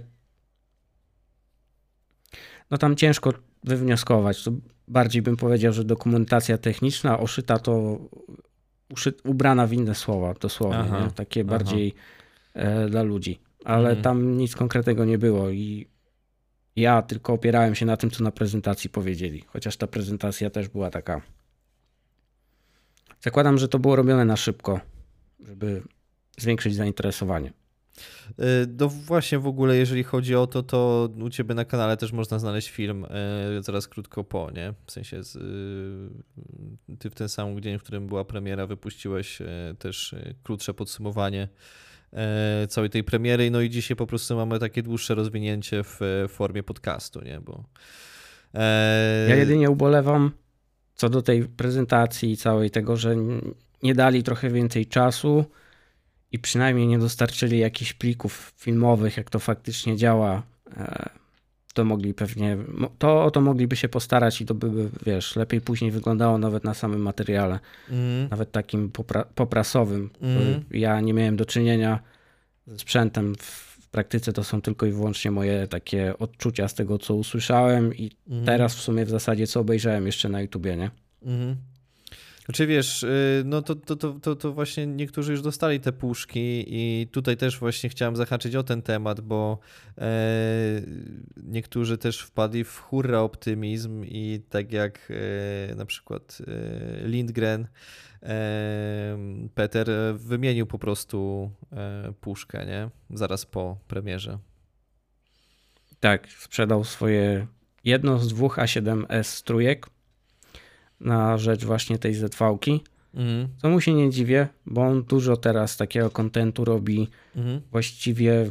no tam ciężko wywnioskować. To bardziej bym powiedział, że dokumentacja techniczna oszyta to, uszy, ubrana w inne słowa dosłownie, nie? Takie Aha. bardziej e, dla ludzi. Ale mhm. tam nic konkretnego nie było i ja tylko opierałem się na tym, co na prezentacji powiedzieli. Chociaż ta prezentacja też była taka. Zakładam, że to było robione na szybko, żeby zwiększyć zainteresowanie. No właśnie w ogóle, jeżeli chodzi o to, to u ciebie na kanale też można znaleźć film zaraz krótko po, nie? W sensie z, ty w ten sam dzień, w którym była premiera, wypuściłeś też krótsze podsumowanie całej tej premiery, no i dzisiaj po prostu mamy takie dłuższe rozwinięcie w formie podcastu, nie? Bo... Ja jedynie ubolewam co do tej prezentacji i całej tego, że nie dali trochę więcej czasu i przynajmniej nie dostarczyli jakichś plików filmowych, jak to faktycznie działa. To mogli pewnie, to o to mogliby się postarać i to by, wiesz, lepiej później wyglądało nawet na samym materiale. Mm. Nawet takim popra- poprasowym. Mm. Ja nie miałem do czynienia ze sprzętem w praktyce, to są tylko i wyłącznie moje takie odczucia z tego, co usłyszałem i mm. teraz w sumie w zasadzie co obejrzałem jeszcze na YouTubie, nie? Mm. Znaczy wiesz, no to, to, to, to, to właśnie niektórzy już dostali te puszki i tutaj też właśnie chciałem zahaczyć o ten temat, bo e, niektórzy też wpadli w hurra optymizm i tak jak e, na przykład e, Lindgren, e, Peter wymienił po prostu e, puszkę, nie? Zaraz po premierze. Tak, sprzedał swoje jedno z dwóch A siedem S trójek na rzecz właśnie tej Z V-ki, mhm. co mu się nie dziwię, bo on dużo teraz takiego kontentu robi, mhm. właściwie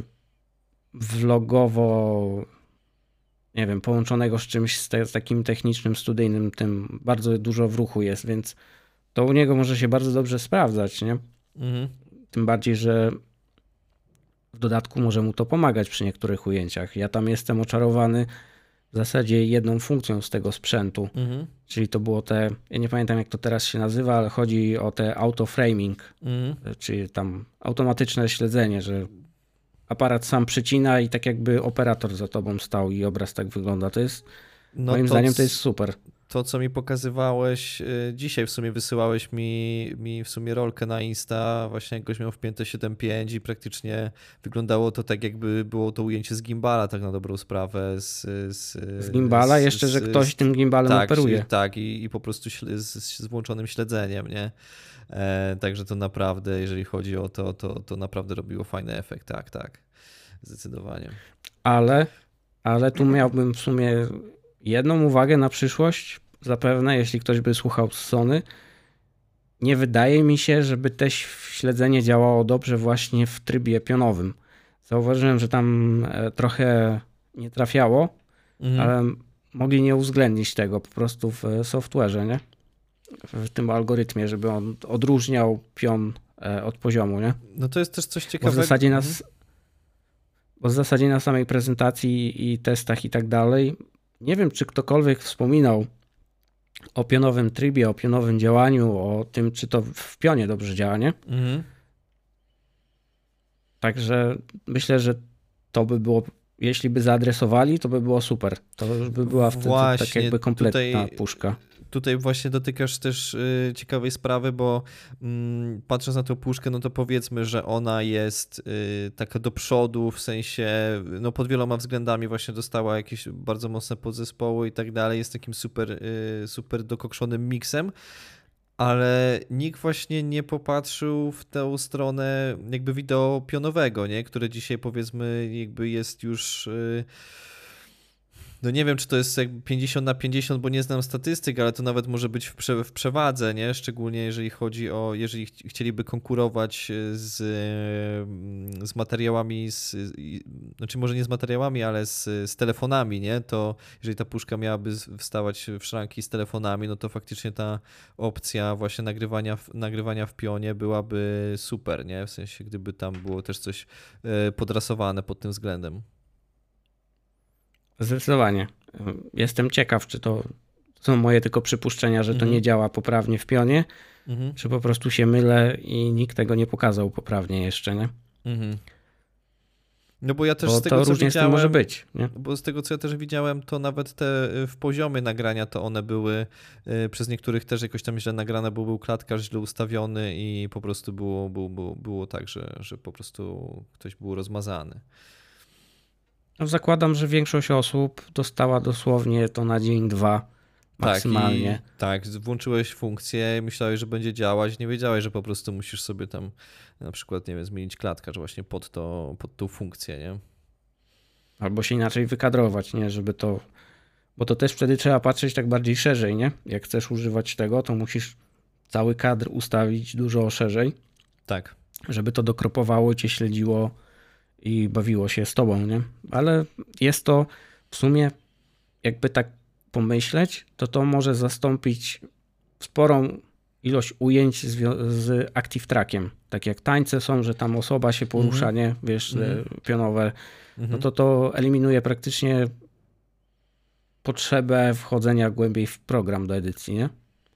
vlogowo, nie wiem, połączonego z czymś z, te, z takim technicznym, studyjnym, tym bardzo dużo w ruchu jest, więc to u niego może się bardzo dobrze sprawdzać, nie? Mhm. Tym bardziej, że w dodatku może mu to pomagać przy niektórych ujęciach. Ja tam jestem oczarowany w zasadzie jedną funkcją z tego sprzętu, mhm. czyli to było te, ja nie pamiętam jak to teraz się nazywa, ale chodzi o te auto-framing, mhm. czyli tam automatyczne śledzenie, że aparat sam przycina i tak jakby operator za tobą stał i obraz tak wygląda. To jest, no moim to zdaniem to jest super. To, co mi pokazywałeś dzisiaj, w sumie wysyłałeś mi, mi w sumie rolkę na Insta, właśnie jak goś miał wpięte siedem pięć i praktycznie wyglądało to tak, jakby było to ujęcie z gimbala, tak na dobrą sprawę. Z, z, z gimbala? Z, jeszcze, że z, ktoś tym gimbalem tak, operuje. Tak, i, i po prostu z, z włączonym śledzeniem, nie? E, także to naprawdę, jeżeli chodzi o to, to, to naprawdę robiło fajny efekt, tak, tak. Zdecydowanie. Ale, ale tu miałbym w sumie jedną uwagę na przyszłość, zapewne, jeśli ktoś by słuchał z Sony. Nie wydaje mi się, żeby te śledzenie działało dobrze właśnie w trybie pionowym. Zauważyłem, że tam trochę nie trafiało, mhm. ale mogli nie uwzględnić tego po prostu w software'ze, nie? W tym algorytmie, żeby on odróżniał pion od poziomu, nie? No to jest też coś ciekawego. Bo w zasadzie na, bo w zasadzie na samej prezentacji i testach i tak dalej, nie wiem, czy ktokolwiek wspominał o pionowym trybie, o pionowym działaniu, o tym, czy to w pionie dobrze działa, nie? Mhm. Także myślę, że to by było, jeśli by zaadresowali, to by było super. To już by była wtedy właśnie, tak jakby kompletna tutaj, puszka. Tutaj właśnie dotykasz też y, ciekawej sprawy, bo y, patrząc na tę puszkę, no to powiedzmy, że ona jest y, taka do przodu, w sensie no pod wieloma względami właśnie dostała jakieś bardzo mocne podzespoły i tak dalej, jest takim super, y, super dokokszonym miksem, ale nikt właśnie nie popatrzył w tę stronę jakby wideo pionowego, nie? Które dzisiaj powiedzmy jakby jest już... Y, No nie wiem, czy to jest jakby pięćdziesiąt na pięćdziesiąt, bo nie znam statystyk, ale to nawet może być w, prze, w przewadze, nie? Szczególnie jeżeli chodzi o, jeżeli ch chcieliby konkurować z, z materiałami, z, znaczy może nie z materiałami, ale z, z telefonami, nie? To jeżeli ta puszka miałaby wstawać w szranki z telefonami, no to faktycznie ta opcja właśnie nagrywania, nagrywania w pionie byłaby super, nie? W sensie, gdyby tam było też coś podrasowane pod tym względem. Zdecydowanie. Jestem ciekaw, czy to są moje tylko przypuszczenia, że to Mhm. nie działa poprawnie w pionie, Mhm. czy po prostu się mylę i nikt tego nie pokazał poprawnie jeszcze, nie? Mhm. No bo ja też bo z tego, to co różnie widziałem, z tym może być, nie? Bo z tego, co ja też widziałem, to nawet te w poziomie nagrania, to one były y, przez niektórych też jakoś tam źle nagrane, bo był klatkarz źle ustawiony i po prostu było, było, było, było tak, że, że po prostu ktoś był rozmazany. No zakładam, że większość osób dostała dosłownie to na dzień, dwa maksymalnie. Tak, i, tak, włączyłeś funkcję, myślałeś, że będzie działać, nie wiedziałeś, że po prostu musisz sobie tam na przykład, nie wiem, zmienić klatkarz właśnie pod, to, pod tą funkcję, nie? Albo się inaczej wykadrować, nie? Żeby to... Bo to też wtedy trzeba patrzeć tak bardziej szerzej, nie? Jak chcesz używać tego, to musisz cały kadr ustawić dużo szerzej. Tak. Żeby to dokropowało, cię śledziło i bawiło się z tobą, nie? Ale jest to w sumie, jakby tak pomyśleć, to to może zastąpić sporą ilość ujęć z, z Active Trackiem. Tak jak tańce są, że tam osoba się porusza, mm-hmm. nie? Wiesz, mm-hmm. pionowe. Mm-hmm. No to to eliminuje praktycznie potrzebę wchodzenia głębiej w program do edycji, nie?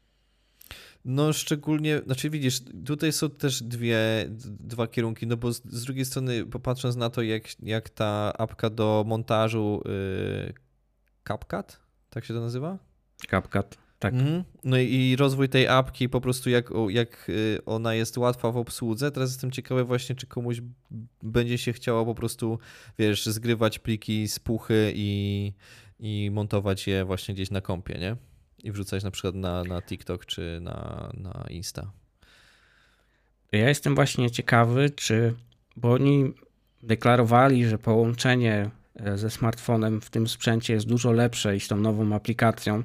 No szczególnie, znaczy widzisz, tutaj są też dwie, dwa kierunki, no bo z, z drugiej strony popatrząc na to, jak, jak ta apka do montażu yy, CapCut, tak się to nazywa? CapCut, tak. Mhm. No i, i rozwój tej apki, po prostu jak, jak ona jest łatwa w obsłudze. Teraz jestem ciekawy właśnie, czy komuś będzie się chciało po prostu, wiesz, zgrywać pliki z puchy i, i montować je właśnie gdzieś na kompie, nie? I wrzucać na przykład na, na TikTok czy na, na Insta. Ja jestem właśnie ciekawy, czy, bo oni deklarowali, że połączenie ze smartfonem w tym sprzęcie jest dużo lepsze i z tą nową aplikacją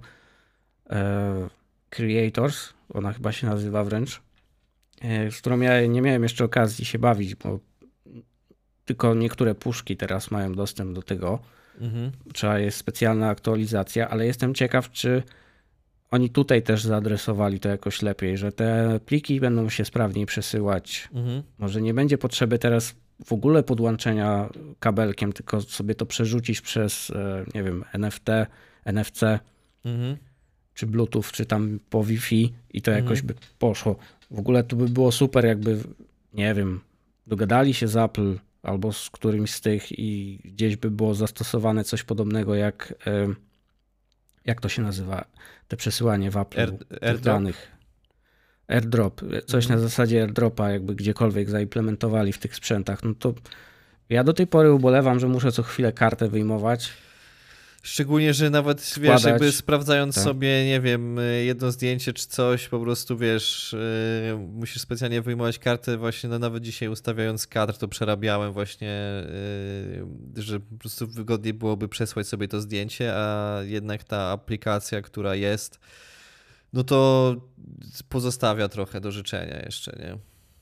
e, Creators, ona chyba się nazywa wręcz, e, z którą ja nie miałem jeszcze okazji się bawić, bo tylko niektóre puszki teraz mają dostęp do tego. Mhm. Trzeba jest specjalna aktualizacja, ale jestem ciekaw, czy oni tutaj też zaadresowali to jakoś lepiej, że te pliki będą się sprawniej przesyłać. Mhm. Może nie będzie potrzeby teraz w ogóle podłączenia kabelkiem, tylko sobie to przerzucisz przez, nie wiem, N F T, N F C, mhm. czy Bluetooth, czy tam po Wi-Fi i to mhm. jakoś by poszło. W ogóle to by było super, jakby, nie wiem, dogadali się z Apple albo z którymś z tych i gdzieś by było zastosowane coś podobnego jak... Jak to się nazywa? Te przesyłanie w Apple Air, airdrop? danych. Airdrop. Coś mm. na zasadzie airdropa, jakby gdziekolwiek zaimplementowali w tych sprzętach. No to ja do tej pory ubolewam, że muszę co chwilę kartę wyjmować. Szczególnie, że nawet składać. Wiesz, jakby sprawdzając tak. sobie, nie wiem, jedno zdjęcie czy coś, po prostu wiesz, yy, musisz specjalnie wyjmować kartę. Właśnie no, nawet dzisiaj ustawiając kadr, to przerabiałem właśnie, yy, że po prostu wygodniej byłoby przesłać sobie to zdjęcie, a jednak ta aplikacja, która jest, no to pozostawia trochę do życzenia jeszcze, nie?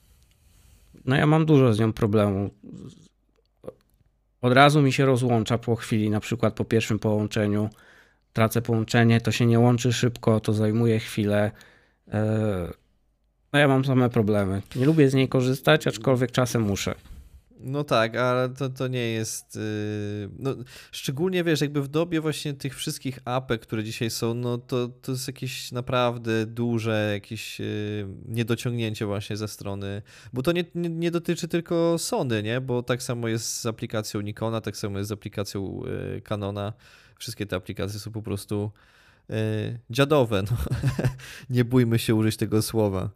No ja mam dużo z nią problemu. Od razu mi się rozłącza po chwili, na przykład po pierwszym połączeniu. Tracę połączenie, to się nie łączy szybko, to zajmuje chwilę. No ja mam same problemy. Nie lubię z niej korzystać, aczkolwiek czasem muszę. No tak, ale to, to nie jest... No, szczególnie wiesz, jakby w dobie właśnie tych wszystkich apek, które dzisiaj są, no to, to jest jakieś naprawdę duże jakieś niedociągnięcie właśnie ze strony, bo to nie, nie, nie dotyczy tylko Sony, nie? Bo tak samo jest z aplikacją Nikona, tak samo jest z aplikacją Canona. Wszystkie te aplikacje są po prostu dziadowe. No. Nie bójmy się użyć tego słowa.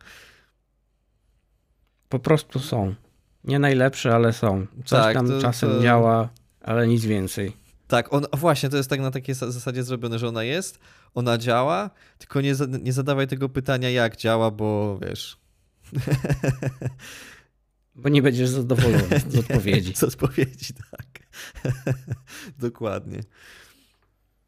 Po prostu są. Nie najlepsze, ale są. Coś tak, tam to, czasem to... działa, ale nic więcej. Tak, on, właśnie, to jest tak na takiej zasadzie zrobione, że ona jest, ona działa, tylko nie, nie zadawaj tego pytania, jak działa, bo wiesz... Bo nie będziesz zadowolony z odpowiedzi. Z odpowiedzi, tak. Dokładnie.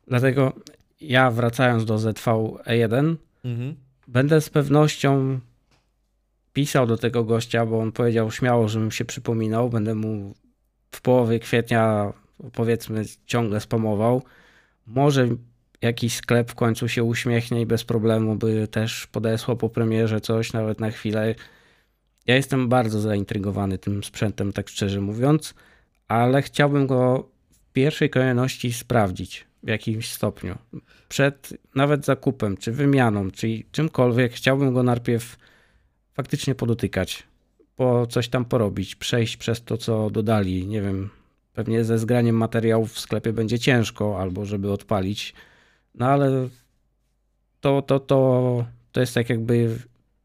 Dlatego ja wracając do Z V E jeden Mhm. będę z pewnością pisał do tego gościa, bo on powiedział śmiało, żebym się przypominał. Będę mu w połowie kwietnia powiedzmy ciągle spamował. Może jakiś sklep w końcu się uśmiechnie i bez problemu by też podesłał po premierze coś nawet na chwilę. Ja jestem bardzo zaintrygowany tym sprzętem, tak szczerze mówiąc, ale chciałbym go w pierwszej kolejności sprawdzić w jakimś stopniu. Przed nawet zakupem, czy wymianą, czy czymkolwiek, chciałbym go najpierw faktycznie podotykać, po coś tam porobić, przejść przez to, co dodali. Nie wiem, pewnie ze zgraniem materiałów w sklepie będzie ciężko, albo żeby odpalić, no ale to, to, to, to jest tak jakby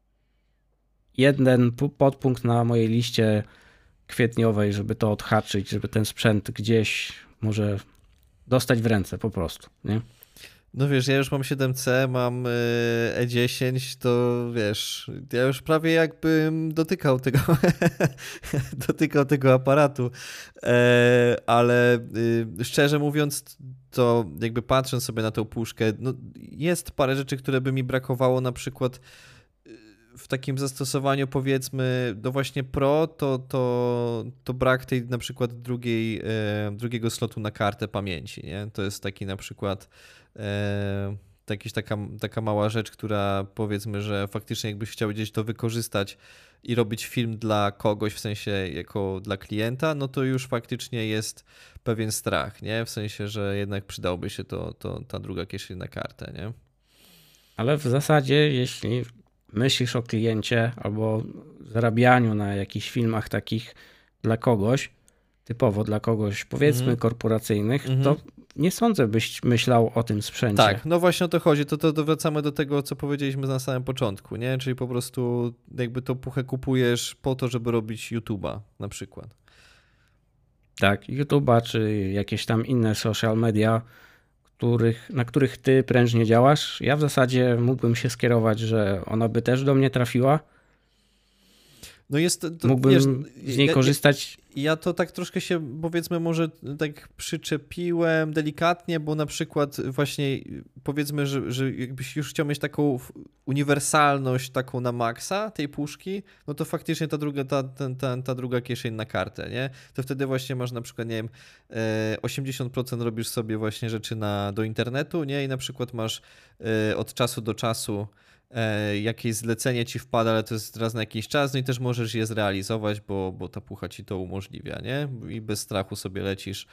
jeden podpunkt na mojej liście kwietniowej, żeby to odhaczyć, żeby ten sprzęt gdzieś może dostać w ręce po prostu, nie? No wiesz, ja już mam siedem C, mam E dziesięć, to wiesz, ja już prawie jakbym dotykał tego dotykał tego aparatu, e, ale y, szczerze mówiąc, to jakby patrząc sobie na tą puszkę, no jest parę rzeczy, które by mi brakowało, na przykład w takim zastosowaniu powiedzmy do właśnie Pro, to, to, to brak tej na przykład drugiej, e, drugiego slotu na kartę pamięci, nie? To jest taki na przykład e, jakaś taka, taka mała rzecz, która powiedzmy, że faktycznie jakbyś chciał gdzieś to wykorzystać i robić film dla kogoś, w sensie jako dla klienta, no to już faktycznie jest pewien strach, nie? W sensie, że jednak przydałby się to, to ta druga kieszeń na kartę, nie? Ale w zasadzie, jeśli myślisz o kliencie albo zarabianiu na jakichś filmach takich dla kogoś, typowo dla kogoś powiedzmy mm. korporacyjnych, mm-hmm. to nie sądzę, byś myślał o tym sprzęcie. Tak, no właśnie o to chodzi. To, to, to wracamy do tego, co powiedzieliśmy na samym początku, nie? Czyli po prostu jakby tą puchę kupujesz po to, żeby robić YouTube'a na przykład. Tak, YouTube'a czy jakieś tam inne social media, których, na których ty prężnie działasz. Ja w zasadzie mógłbym się skierować, że ona by też do mnie trafiła. No jest, to, mógłbym wiesz, z niej ja, korzystać. Ja, ja to tak troszkę się, powiedzmy, może tak przyczepiłem delikatnie, bo na przykład właśnie powiedzmy, że, że jakbyś już chciał mieć taką uniwersalność taką na maksa tej puszki, no to faktycznie ta druga, ta, ta, ta, ta druga kieszeń na kartę, nie? To wtedy właśnie masz na przykład, nie wiem, osiemdziesiąt procent robisz sobie właśnie rzeczy na, do internetu, nie? I na przykład masz od czasu do czasu jakieś zlecenie ci wpada, ale to jest raz na jakiś czas, no i też możesz je zrealizować, bo, bo ta pucha ci to umożliwia, nie? I bez strachu sobie lecisz,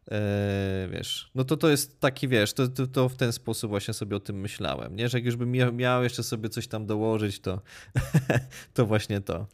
e, wiesz. No to to jest taki, wiesz, to, to, to w ten sposób właśnie sobie o tym myślałem, nie? Że jak już bym miał, miał jeszcze sobie coś tam dołożyć, to, to właśnie to.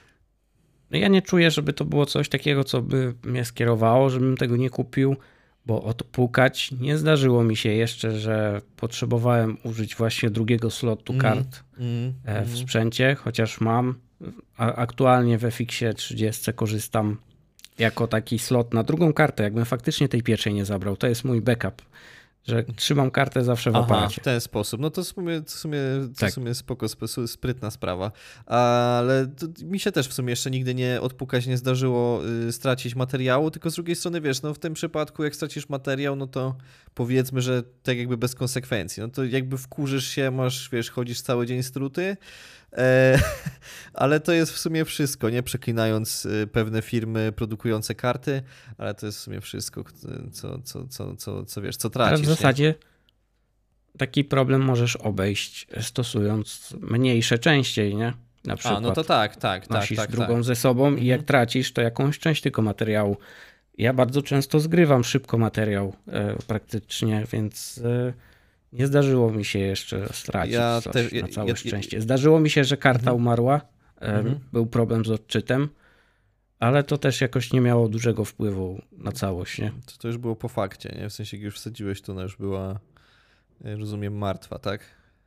No ja nie czuję, żeby to było coś takiego, co by mnie skierowało, żebym tego nie kupił, bo odpukać nie zdarzyło mi się jeszcze, że potrzebowałem użyć właśnie drugiego slotu mm, kart mm, w mm. sprzęcie, chociaż mam. A aktualnie w F X ie trzydzieści korzystam jako taki slot na drugą kartę, jakbym faktycznie tej pierwszej nie zabrał. To jest mój backup, że trzymam kartę zawsze w Aha, aparacie. w ten sposób. No to w sumie, w sumie, tak. w sumie spoko, sprytna sprawa. Ale to, mi się też w sumie jeszcze nigdy nie odpukać nie zdarzyło y, stracić materiału, tylko z drugiej strony, wiesz, no w tym przypadku jak stracisz materiał, no to powiedzmy, że tak jakby bez konsekwencji. No to jakby wkurzysz się, masz, wiesz, chodzisz cały dzień struty, e, ale to jest w sumie wszystko, nie przeklinając pewne firmy produkujące karty, ale to jest w sumie wszystko, co, co, co, co, co wiesz, co tracisz. Ale w zasadzie nie? taki problem możesz obejść stosując mniejsze częściej, nie? Na przykład. A, no to tak, tak, nosisz tak, tak. drugą tak. ze sobą mhm. i jak tracisz, to jakąś część tylko materiału. Ja bardzo często zgrywam szybko materiał e, praktycznie, więc e, nie zdarzyło mi się jeszcze stracić ja coś też, na całe ja, szczęście. Zdarzyło mi się, że karta mhm. umarła, e, mhm. był problem z odczytem, ale to też jakoś nie miało dużego wpływu na całość, nie? To, to już było po fakcie, nie? W sensie, jak już wsadziłeś, to ona już była, rozumiem, martwa, tak?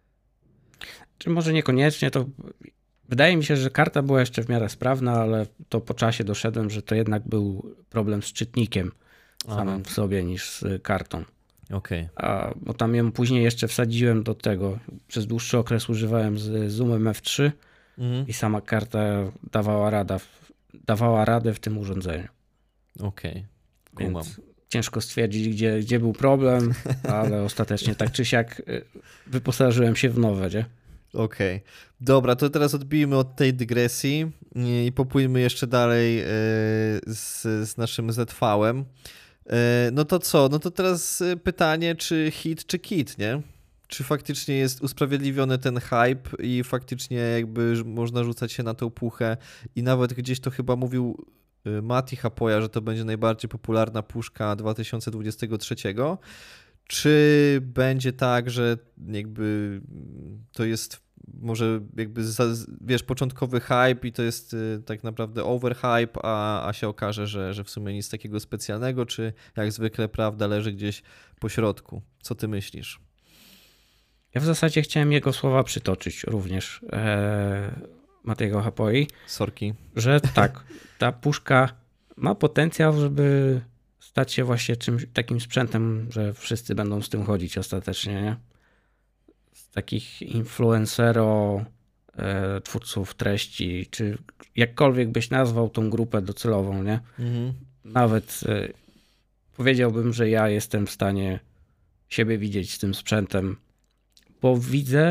Czy może niekoniecznie, to wydaje mi się, że karta była jeszcze w miarę sprawna, ale to po czasie doszedłem, że to jednak był problem z czytnikiem samym Aha. w sobie niż z kartą. Okay. A, bo tam ją później jeszcze wsadziłem do tego. Przez dłuższy okres używałem z Zoomem F trzy mhm. i sama karta dawała, rada, dawała radę w tym urządzeniu. Okej, okay. Kumam. ciężko stwierdzić, gdzie, gdzie był problem, ale ostatecznie tak czy siak wyposażyłem się w nowe, nie? Okej. Okay. Dobra, to teraz odbijmy od tej dygresji i popójmy jeszcze dalej z, z naszym Z V-em. No to co? No to teraz pytanie, czy hit, czy kit, nie? Czy faktycznie jest usprawiedliwiony ten hype i faktycznie jakby można rzucać się na tą puchę i nawet gdzieś to chyba mówił Mati Hapoya, że to będzie najbardziej popularna puszka dwa tysiące dwudziestego trzeciego. Czy będzie tak, że jakby to jest może jakby wiesz, początkowy hype i to jest tak naprawdę overhype, a, a się okaże, że, że w sumie nic takiego specjalnego, czy jak zwykle prawda leży gdzieś po środku? Co ty myślisz? Ja w zasadzie chciałem jego słowa przytoczyć również e, Matiego Hapoi. Sorki. Że tak, ta puszka ma potencjał, żeby stać się właśnie czymś takim sprzętem, że wszyscy będą z tym chodzić ostatecznie, nie? Z takich influencero, e, twórców treści, czy jakkolwiek byś nazwał tą grupę docelową, nie? Mhm. Nawet e, powiedziałbym, że ja jestem w stanie siebie widzieć z tym sprzętem, bo widzę,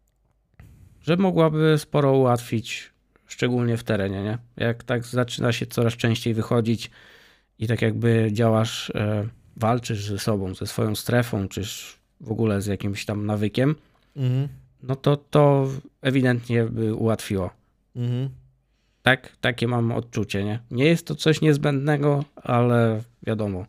że mogłaby sporo ułatwić, szczególnie w terenie, nie? Jak tak zaczyna się coraz częściej wychodzić i tak jakby działasz, e, walczysz ze sobą, ze swoją strefą, czy w ogóle z jakimś tam nawykiem, mhm. no to to ewidentnie by ułatwiło. Mhm. Tak, takie mam odczucie, nie? Nie jest to coś niezbędnego, ale wiadomo,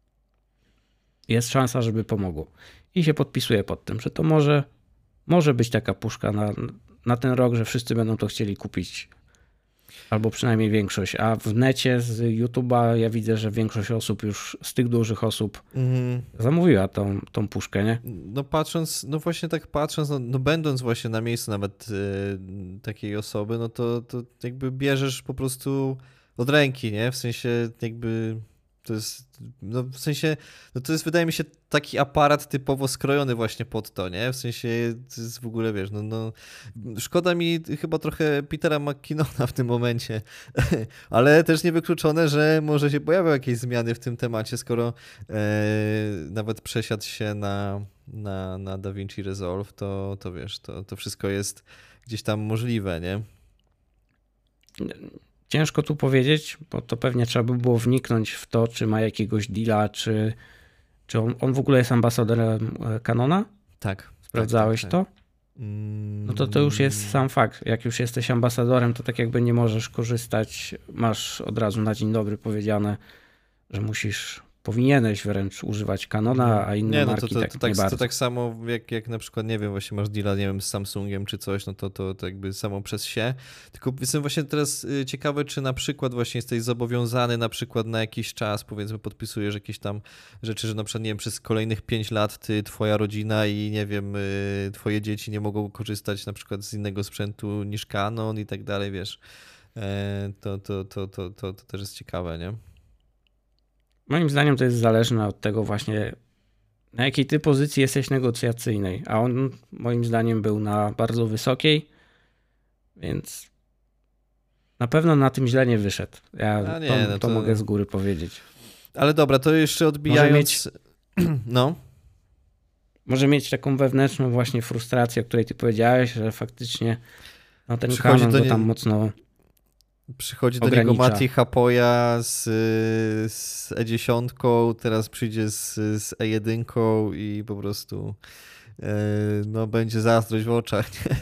jest szansa, żeby pomogło. I się podpisuję pod tym, że to może, może być taka puszka na, na ten rok, że wszyscy będą to chcieli kupić. Albo przynajmniej większość. A w necie z YouTube'a ja widzę, że większość osób już z tych dużych osób mm. zamówiła tą, tą puszkę, nie? No patrząc, no właśnie tak patrząc, no, no będąc właśnie na miejscu nawet yy, takiej osoby, no to, to jakby bierzesz po prostu od ręki, nie? W sensie jakby to jest, no w sensie, no to jest wydaje mi się taki aparat typowo skrojony właśnie pod to, nie? W sensie to jest w ogóle, wiesz, no, no szkoda mi chyba trochę Petera McKinnona w tym momencie, ale też niewykluczone, że może się pojawią jakieś zmiany w tym temacie, skoro e, nawet przesiadł się na, na, na DaVinci Resolve, to, to wiesz, to, to wszystko jest gdzieś tam możliwe, nie? Ciężko tu powiedzieć, bo to pewnie trzeba by było wniknąć w to, czy ma jakiegoś deala, czy, czy on, on w ogóle jest ambasadorem Canona? Tak. Sprawdzałeś tak, tak, to? Tak. No to to już jest sam fakt. Jak już jesteś ambasadorem, to tak jakby nie możesz korzystać, masz od razu na dzień dobry powiedziane, że musisz, powinieneś wręcz używać Canona, a inne nie, no marki to, to, tak, to, tak, nie bardzo. To tak samo jak, jak na przykład, nie wiem, właśnie masz deala, nie wiem, z Samsungiem czy coś, no to, to, to jakby samo przez się. Tylko jestem właśnie teraz ciekawy, czy na przykład właśnie jesteś zobowiązany na przykład na jakiś czas, powiedzmy podpisujesz jakieś tam rzeczy, że na przykład, nie wiem, przez kolejnych pięć lat ty, twoja rodzina i nie wiem, twoje dzieci nie mogą korzystać na przykład z innego sprzętu niż Canon i tak dalej, wiesz. To, to, to, to, to, to też jest ciekawe, nie? Moim zdaniem to jest zależne od tego właśnie, na jakiej ty pozycji jesteś negocjacyjnej, a on moim zdaniem był na bardzo wysokiej, więc na pewno na tym źle nie wyszedł. Ja nie, to, no to... to mogę z góry powiedzieć. Ale dobra, to jeszcze odbijając... Może mieć... No. Może mieć taką wewnętrzną właśnie frustrację, o której ty powiedziałeś, że faktycznie no ten Canon go nie... tam mocno... Przychodzi do ogranicza. niego Mati Hapoya z, z E dziesięć, teraz przyjdzie z, z E jeden i po prostu e, no, będzie zazdrość w oczach. Nie?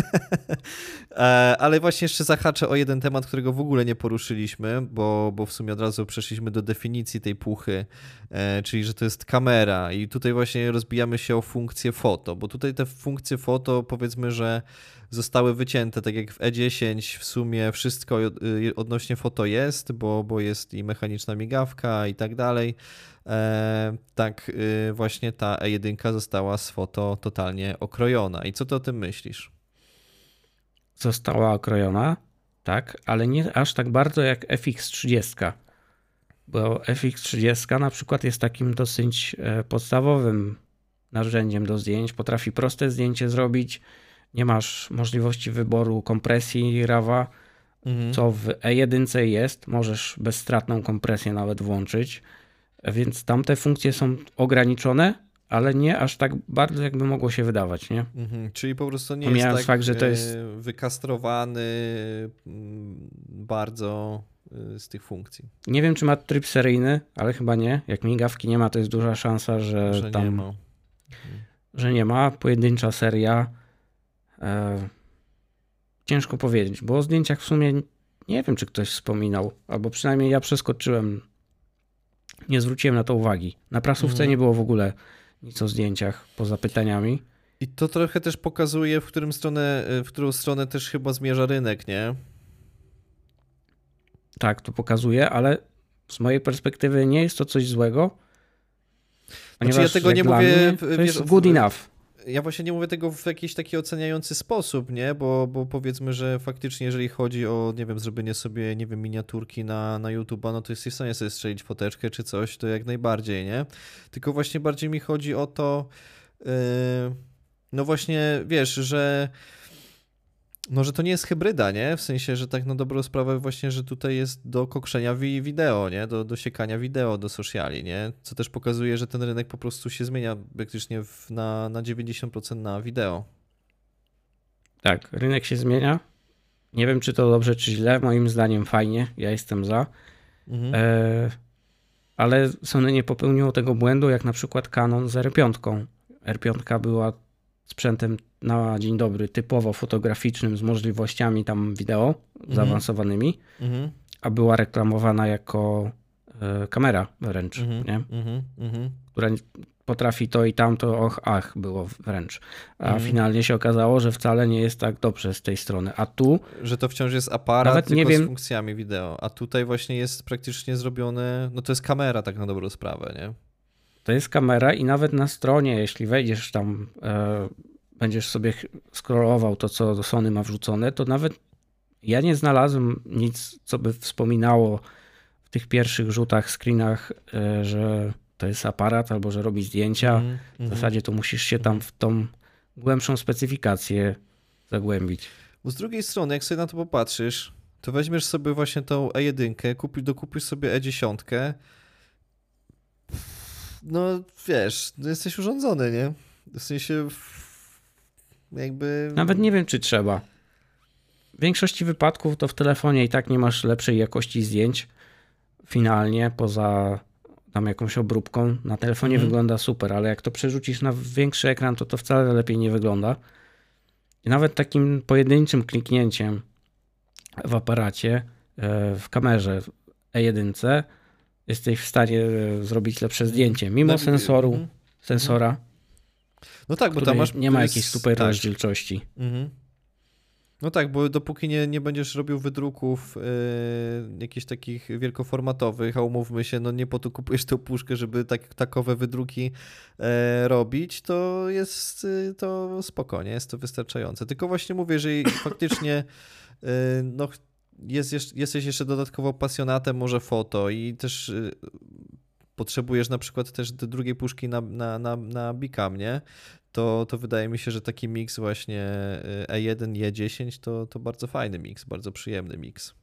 e, ale właśnie jeszcze zahaczę o jeden temat, którego w ogóle nie poruszyliśmy, bo, bo w sumie od razu przeszliśmy do definicji tej puchy, e, czyli że to jest kamera i tutaj właśnie rozbijamy się o funkcję foto, bo tutaj te funkcje foto powiedzmy, że zostały wycięte, tak jak w E dziesięć w sumie wszystko odnośnie foto jest, bo, bo jest i mechaniczna migawka i tak dalej. E, tak y, właśnie ta E jeden została z foto totalnie okrojona. I co ty o tym myślisz? Została okrojona, tak, ale nie aż tak bardzo jak F X trzydzieści. Bo F X trzydzieści na przykład jest takim dosyć podstawowym narzędziem do zdjęć. Potrafi proste zdjęcie zrobić. Nie masz możliwości wyboru kompresji rawa, mhm. co w E jeden jest. Możesz bezstratną kompresję nawet włączyć. Więc tam te funkcje są ograniczone, ale nie aż tak bardzo, jakby mogło się wydawać, nie? Mhm, czyli po prostu nie Pomijając jest tak fakt, że to jest... e, wykastrowany mm, bardzo e, z tych funkcji. Nie wiem, czy ma tryb seryjny, ale chyba nie. Jak migawki nie ma, to jest duża szansa, że, Że tam... nie ma. Że nie ma. Pojedyncza seria. E... Ciężko powiedzieć, bo o zdjęciach w sumie nie wiem, czy ktoś wspominał, albo przynajmniej ja przeskoczyłem. Nie zwróciłem na to uwagi. Na prasówce Mhm. nie było w ogóle nic o zdjęciach poza pytaniami. I to trochę też pokazuje, w którym stronę, w którą stronę też chyba zmierza rynek, nie? Tak, to pokazuje, ale z mojej perspektywy nie jest to coś złego, ponieważ Znaczy ja tego jak nie dla mówię, mnie, w- to wiesz, jest w- good enough. Ja właśnie nie mówię tego w jakiś taki oceniający sposób, nie? Bo, bo powiedzmy, że faktycznie jeżeli chodzi o, nie wiem, zrobienie sobie, nie wiem, miniaturki na, na YouTube'a, no to jesteś w stanie sobie strzelić foteczkę czy coś, to jak najbardziej, nie? Tylko właśnie bardziej mi chodzi o to, yy, no właśnie, wiesz, że no, że to nie jest hybryda, nie? W sensie, że tak na dobrą sprawę właśnie, że tutaj jest do kokszenia wi- wideo, nie? Do, do siekania wideo do sociali, nie? Co też pokazuje, że ten rynek po prostu się zmienia praktycznie w, na, na dziewięćdziesiąt procent na wideo. Tak, rynek się zmienia. Nie wiem, czy to dobrze, czy źle. Moim zdaniem fajnie. Ja jestem za. Mhm. E, ale Sony nie popełniło tego błędu, jak na przykład Canon z R pięć. R pięć była sprzętem na dzień dobry typowo fotograficznym z możliwościami tam wideo Mhm. zaawansowanymi, Mhm. a była reklamowana jako e, kamera wręcz, Mhm. nie? Mhm. Mhm. Która potrafi to i tamto, och, ach, było wręcz. A Mhm. finalnie się okazało, że wcale nie jest tak dobrze z tej strony. A tu Że to wciąż jest aparat, Nawet nie tylko wiem- z funkcjami wideo, a tutaj właśnie jest praktycznie zrobione, no to jest kamera tak na dobrą sprawę, nie? to jest kamera i nawet na stronie, jeśli wejdziesz tam, e, będziesz sobie ch- scrollował to, co Sony ma wrzucone, to nawet ja nie znalazłem nic, co by wspominało w tych pierwszych rzutach, screenach, e, że to jest aparat albo że robi zdjęcia. Mhm. W Mhm. zasadzie to musisz się tam w tą głębszą specyfikację zagłębić. Bo z drugiej strony, jak sobie na to popatrzysz, to weźmiesz sobie właśnie tą E jeden, kupi, dokupisz sobie E dziesięć. No wiesz, no jesteś urządzony, nie? W sensie jakby... Nawet nie wiem, czy trzeba. W większości wypadków to w telefonie i tak nie masz lepszej jakości zdjęć finalnie, poza tam jakąś obróbką. Na telefonie Mhm. wygląda super, ale jak to przerzucisz na większy ekran, to to wcale lepiej nie wygląda. I nawet takim pojedynczym kliknięciem w aparacie, e, w kamerze E jeden jesteś w stanie e, zrobić lepsze zdjęcie, mimo Nawi- sensoru, Mhm. sensora, No tak, bo który tam masz... nie ma jest- jakiejś super tak. rozdzielczości. Mhm. No tak, bo dopóki nie, nie będziesz robił wydruków yy, jakichś takich wielkoformatowych, a umówmy się, no nie po to kupujesz tą puszkę, żeby tak, takowe wydruki e, robić, to jest y, to spoko, nie? Jest to wystarczające. Tylko właśnie mówię, że faktycznie y, no, jest, jeszcze- jesteś jeszcze dodatkowo pasjonatem może foto i też y, potrzebujesz na przykład też do drugiej puszki na, na, na, na Bicam, nie? To, to wydaje mi się, że taki miks właśnie E jeden i E dziesięć to, to bardzo fajny miks, bardzo przyjemny miks.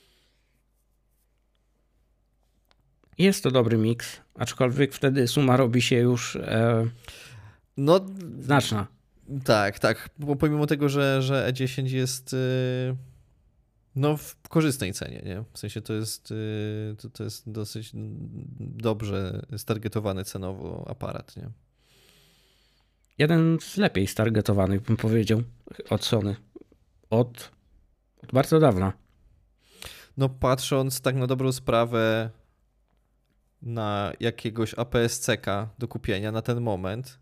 Jest to dobry miks, aczkolwiek wtedy suma robi się już e, No znaczna. tak, tak, bo pomimo tego, że, że E dziesięć jest y, no w korzystnej cenie, nie? W sensie to jest, y, to, to jest dosyć dobrze stargetowany cenowo aparat, nie? Jeden z lepiej stargetowanych, bym powiedział, od Sony. Od, od bardzo dawna. No patrząc tak na dobrą sprawę na jakiegoś A P S C do kupienia na ten moment,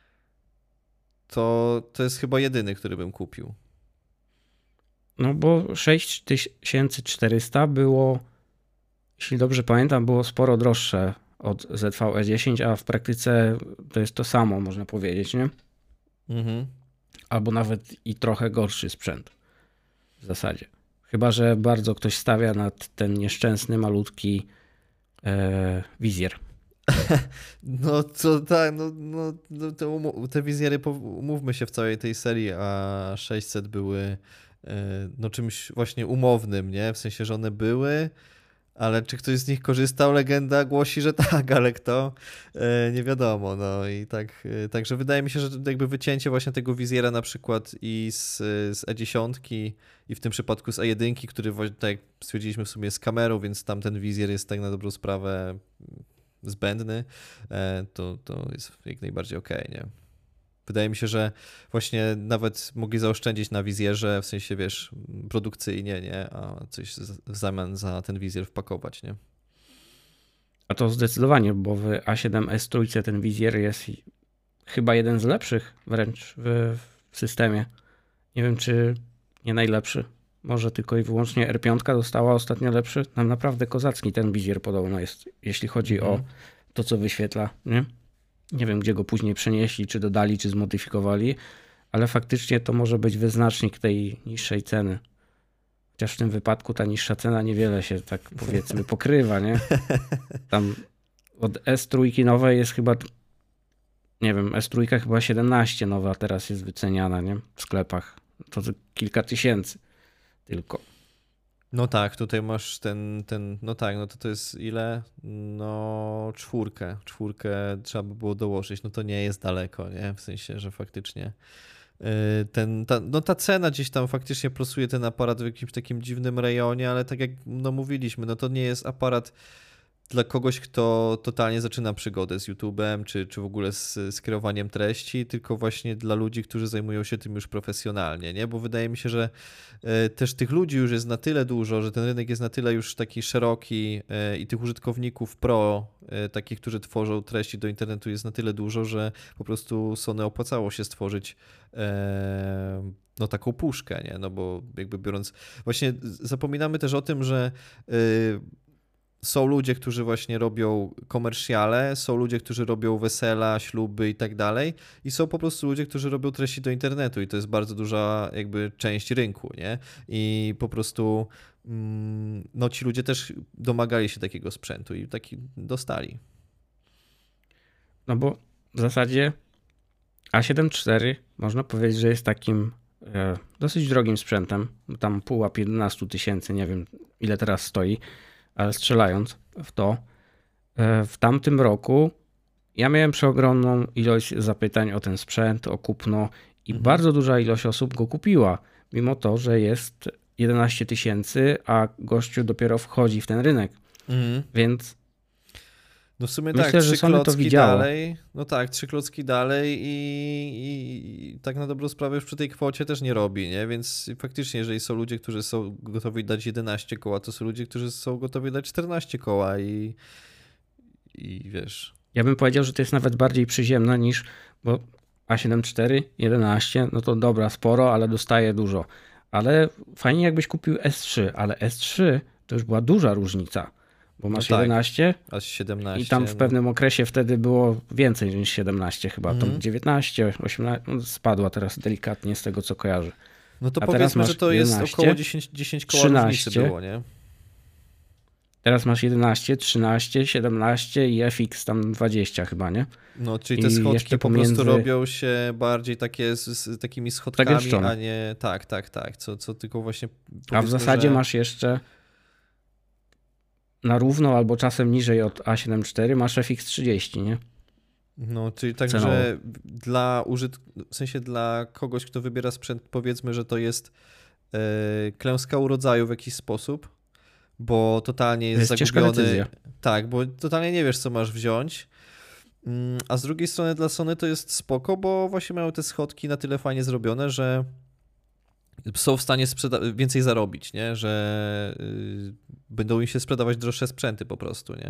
to to jest chyba jedyny, który bym kupił. No bo sześć tysięcy czterysta było, jeśli dobrze pamiętam, było sporo droższe od Z V E dziesięć, a w praktyce to jest to samo, można powiedzieć, nie? Mhm. Albo nawet i trochę gorszy sprzęt w zasadzie. Chyba że bardzo ktoś stawia na ten nieszczęsny, malutki e, wizjer. No to tak, no, no, no te, umo- te wizjery, po- umówmy się, w całej tej serii A sześćset były e, no czymś właśnie umownym, nie? W sensie, że one były, Ale czy ktoś z nich korzystał? Legenda głosi, że tak, ale kto? E, nie wiadomo. No i tak, e, także wydaje mi się, że jakby wycięcie właśnie tego wizjera na przykład i z, z E dziesięć i w tym przypadku z E jeden, który tak jak stwierdziliśmy w sumie z kamerą, więc tam ten wizjer jest tak na dobrą sprawę zbędny, e, to, to jest jak najbardziej okej, okay, nie? Wydaje mi się, że właśnie nawet mogli zaoszczędzić na wizjerze, w sensie, wiesz, produkcyjnie, nie? A coś w zamian za ten wizjer wpakować, nie? A to zdecydowanie, bo w A siedem S trzy ten wizjer jest chyba jeden z lepszych wręcz w, w systemie. Nie wiem, czy nie najlepszy. Może tylko i wyłącznie R pięć dostała ostatnio lepszy. Nam naprawdę kozacki ten wizjer podobno jest, jeśli chodzi mm. o to, co wyświetla, nie? Nie wiem, gdzie go później przenieśli, czy dodali, czy zmodyfikowali, ale faktycznie to może być wyznacznik tej niższej ceny. Chociaż w tym wypadku ta niższa cena niewiele się, tak powiedzmy, pokrywa, nie? Tam od S trzy nowej jest chyba, nie wiem, S trzy chyba siedemnaście nowa teraz jest wyceniana, nie? W sklepach. To kilka tysięcy tylko. No tak, tutaj masz ten, ten, no tak, no to to jest ile? No czwórkę, czwórkę trzeba by było dołożyć, no to nie jest daleko, nie? W sensie, że faktycznie ten, ta, no ta cena gdzieś tam faktycznie plusuje ten aparat w jakimś takim dziwnym rejonie, ale tak jak no mówiliśmy, no to nie jest aparat dla kogoś, kto totalnie zaczyna przygodę z YouTube'em, czy, czy w ogóle z, z kreowaniem treści, tylko właśnie dla ludzi, którzy zajmują się tym już profesjonalnie, nie? Bo wydaje mi się, że y, też tych ludzi już jest na tyle dużo, że ten rynek jest na tyle już taki szeroki y, i tych użytkowników pro, y, takich, którzy tworzą treści do internetu jest na tyle dużo, że po prostu Sony opłacało się stworzyć y, no taką puszkę, nie? No bo jakby biorąc, właśnie zapominamy też o tym, że y, są ludzie, którzy właśnie robią komercjale, są ludzie, którzy robią wesela, śluby i tak dalej i są po prostu ludzie, którzy robią treści do internetu i to jest bardzo duża jakby część rynku, nie? I po prostu no ci ludzie też domagali się takiego sprzętu i taki dostali. No bo w zasadzie A siedem cztery można powiedzieć, że jest takim e, dosyć drogim sprzętem, tam pułap jedenaście tysięcy, nie wiem ile teraz stoi, ale strzelając w to, w tamtym roku ja miałem przeogromną ilość zapytań o ten sprzęt, o kupno i mhm. bardzo duża ilość osób go kupiła, mimo to, że jest jedenaście tysięcy, a gościu dopiero wchodzi w ten rynek. Mhm. Więc no w sumie myślę, tak, że trzy Sony to klocki widziało. dalej, no tak, trzy klocki dalej i, i, i tak na dobrą sprawę już przy tej kwocie też nie robi, nie? Więc faktycznie, jeżeli są ludzie, którzy są gotowi dać jedenaście koła, to są ludzie, którzy są gotowi dać czternaście koła i, i wiesz... Ja bym powiedział, że to jest nawet bardziej przyziemne niż, bo A siedem cztery, jedenaście, no to dobra, sporo, ale dostaje dużo. Ale fajnie jakbyś kupił S trzy, ale S trzy to już była duża różnica. Bo masz no tak, jedenaście a siedemnaście, i tam w no. pewnym okresie wtedy było więcej niż siedemnaście chyba. Mm. To dziewiętnaście, osiemnaście, no spadła teraz delikatnie z tego co kojarzę. No to a powiedzmy, że to jedenaście, jest około dziesięć, dziesięć koła trzynaście różnicy było, nie? Teraz masz jedenaście, trzynaście, siedemnaście i F X tam dwadzieścia chyba, nie? No, czyli te I schodki po pomiędzy... prostu robią się bardziej takie z, z takimi schodkami, tak a nie... Tak, tak, tak, co, co tylko właśnie... A w zasadzie że... masz jeszcze na równo albo czasem niżej od A siedem cztery masz F X trzydzieści, nie? No, czyli tak, Cenowo. Że dla użyt... w sensie dla kogoś, kto wybiera sprzęt, powiedzmy, że to jest yy, klęska urodzaju w jakiś sposób, bo totalnie jest, jest zagubiony. Tak, bo totalnie nie wiesz, co masz wziąć. A z drugiej strony dla Sony to jest spoko, bo właśnie mają te schodki na tyle fajnie zrobione, że są w stanie sprzeda- więcej zarobić, nie? Że yy, będą im się sprzedawać droższe sprzęty po prostu, nie?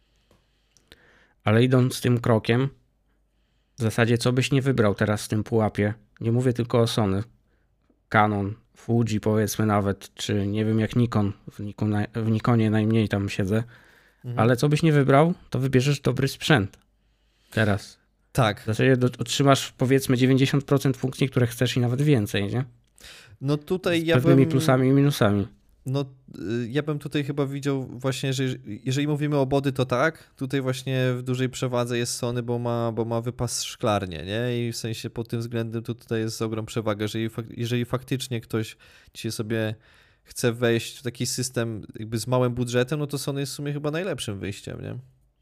Ale idąc tym krokiem, w zasadzie co byś nie wybrał teraz w tym pułapie, nie mówię tylko o Sony, Canon, Fuji powiedzmy nawet, czy nie wiem jak Nikon, w, Nikon, w Nikonie najmniej tam siedzę, mhm. ale co byś nie wybrał, to wybierzesz dobry sprzęt teraz. Tak. W zasadzie do, otrzymasz powiedzmy dziewięćdziesiąt procent funkcji, które chcesz i nawet więcej, nie? No tutaj Z ja pewnymi bym... plusami i minusami. No ja bym tutaj chyba widział właśnie, że jeżeli mówimy o body, to tak, tutaj właśnie w dużej przewadze jest Sony, bo ma, bo ma wypas szklarnię, nie? I w sensie pod tym względem to tutaj jest ogrom przewaga, jeżeli, jeżeli faktycznie ktoś dzisiaj sobie chce wejść w taki system jakby z małym budżetem, no to Sony jest w sumie chyba najlepszym wyjściem, nie?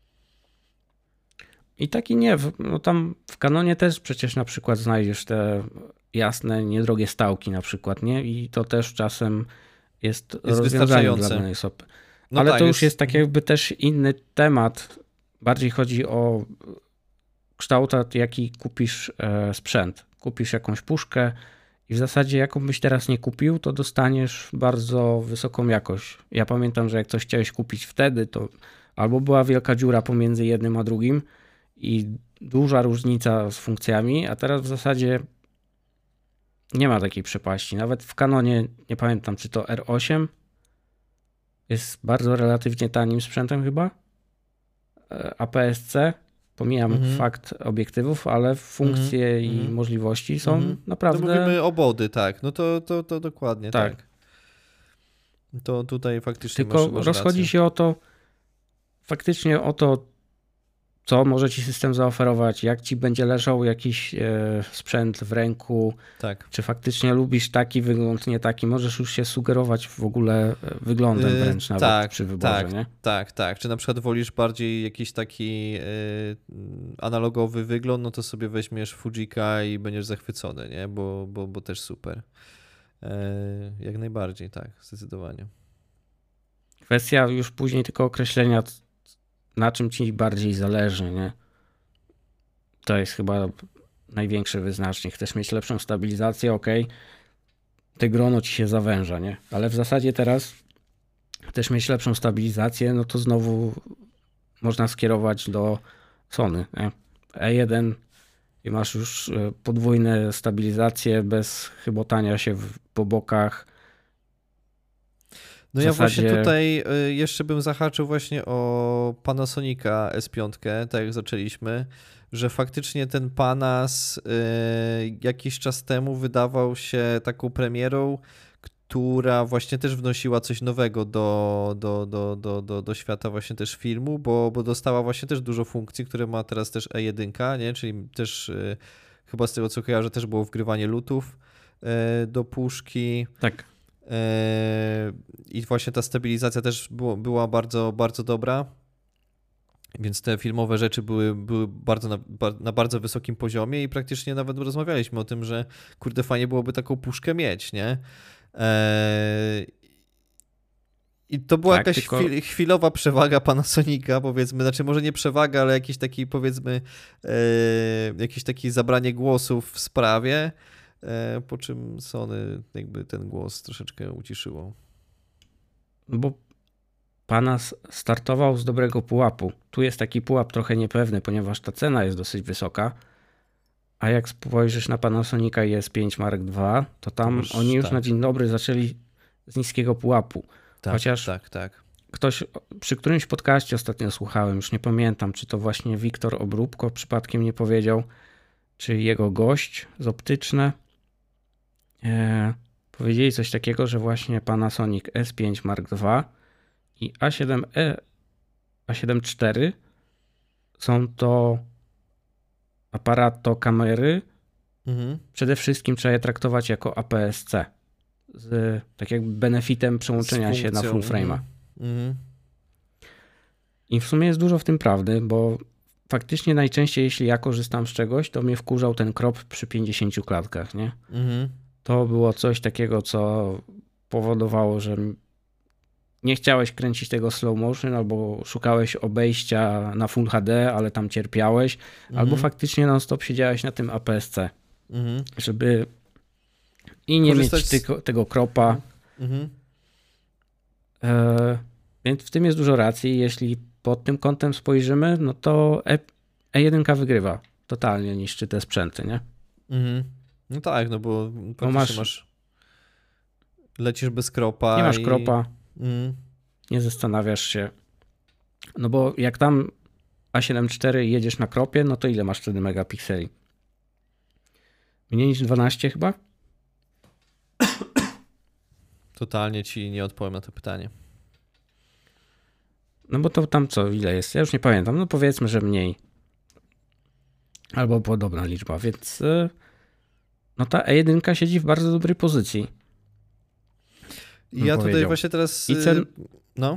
I tak i nie, no tam w Canonie też przecież na przykład znajdziesz te jasne, niedrogie stałki na przykład, nie? I to też czasem jest, jest rozwiązaniem dla danej osoby. No ale tak, to już jest... jest tak jakby też inny temat. Bardziej chodzi o kształt, jaki kupisz e, sprzęt. Kupisz jakąś puszkę i w zasadzie jaką byś teraz nie kupił, to dostaniesz bardzo wysoką jakość. Ja pamiętam, że jak coś chciałeś kupić wtedy, to albo była wielka dziura pomiędzy jednym a drugim i duża różnica z funkcjami, a teraz w zasadzie nie ma takiej przepaści. Nawet w Canonie, nie pamiętam czy to R osiem, jest bardzo relatywnie tanim sprzętem chyba. A P S C, pomijam mhm. fakt obiektywów, ale funkcje mhm. i mhm. możliwości są mhm. naprawdę... To mówimy o body, tak. No to, to, to dokładnie tak. tak. To tutaj faktycznie Tylko masz, masz rozchodzi rację. się o to, faktycznie o to, co może ci system zaoferować, jak ci będzie leżał jakiś e, sprzęt w ręku, tak. czy faktycznie lubisz taki wygląd, nie taki. Możesz już się sugerować w ogóle wyglądem wręcz nawet tak, przy wyborze, tak, nie? Tak, tak. Czy na przykład wolisz bardziej jakiś taki y, analogowy wygląd, no to sobie weźmiesz Fujika i będziesz zachwycony, nie? Bo, bo, bo też super. Y, jak najbardziej, tak, zdecydowanie. Kwestia już później tylko określenia, na czym ci bardziej zależy, nie? To jest chyba największy wyznacznik. Chcesz mieć lepszą stabilizację, ok, te grono ci się zawęża, nie? Ale w zasadzie teraz chcesz mieć lepszą stabilizację, no to znowu można skierować do Sony, nie? E jeden i masz już podwójne stabilizacje bez chybotania się w, po bokach. No ja zasadzie... właśnie tutaj jeszcze bym zahaczył właśnie o Panasonica S pięć, tak jak zaczęliśmy, że faktycznie ten Panas jakiś czas temu wydawał się taką premierą, która właśnie też wnosiła coś nowego do, do, do, do, do, do świata właśnie też filmu, bo, bo dostała właśnie też dużo funkcji, które ma teraz też E jeden, nie? Czyli też chyba z tego co kojarzę też było wgrywanie lootów do puszki. Tak. I właśnie ta stabilizacja też było, była bardzo, bardzo dobra, więc te filmowe rzeczy były, były bardzo na, na bardzo wysokim poziomie i praktycznie nawet rozmawialiśmy o tym, że kurde fajnie byłoby taką puszkę mieć, nie? I to była tak, jakaś tylko... chwil, chwilowa przewaga Panasonica, powiedzmy, znaczy może nie przewaga, ale jakiś taki powiedzmy jakieś takie zabranie głosów w sprawie, po czym Sony jakby ten głos troszeczkę uciszyło. Bo Panas startował z dobrego pułapu. Tu jest taki pułap trochę niepewny, ponieważ ta cena jest dosyć wysoka, a jak spojrzysz na Panasonica i S pięć Mark dwa, to tam to już, oni już tak. na dzień dobry zaczęli z niskiego pułapu. Tak, Chociaż tak, tak. ktoś przy którymś podcaście ostatnio słuchałem, już nie pamiętam, czy to właśnie Wiktor Obróbko przypadkiem nie powiedział, czy jego gość z Optyczne, e, powiedzieli coś takiego, że właśnie Panasonic S pięć Mark dwa i A siedem E, A siedem cztery są to aparato kamery. Mhm. Przede wszystkim trzeba je traktować jako A P S C. Z tak jakby benefitem przełączenia się na full frame'a. Mhm. I w sumie jest dużo w tym prawdy, bo faktycznie najczęściej jeśli ja korzystam z czegoś, to mnie wkurzał ten crop przy pięćdziesięciu klatkach, nie? Mhm. To było coś takiego, co powodowało, że nie chciałeś kręcić tego slow motion, albo szukałeś obejścia na Full H D, ale tam cierpiałeś, mhm. albo faktycznie non stop siedziałeś na tym A P S C, mhm. żeby i nie Korzystać mieć tego, tego kropa. Mhm. E, więc w tym jest dużo racji. Jeśli pod tym kątem spojrzymy, no to E, E jeden wygrywa. Totalnie niszczy te sprzęty, nie? Mhm. No tak, no bo no masz, masz lecisz bez kropa. Nie masz i... kropa. Mm. Nie zastanawiasz się. No bo jak tam A siedem cztery jedziesz na kropie, no to ile masz wtedy megapikseli? Mniej niż dwanaście chyba? Totalnie ci nie odpowiem na to pytanie. No bo to tam co, ile jest? Ja już nie pamiętam. No powiedzmy, że mniej. Albo podobna liczba, więc no ta E jeden siedzi w bardzo dobrej pozycji. Ja tutaj powiedział. właśnie teraz... I, cen... no.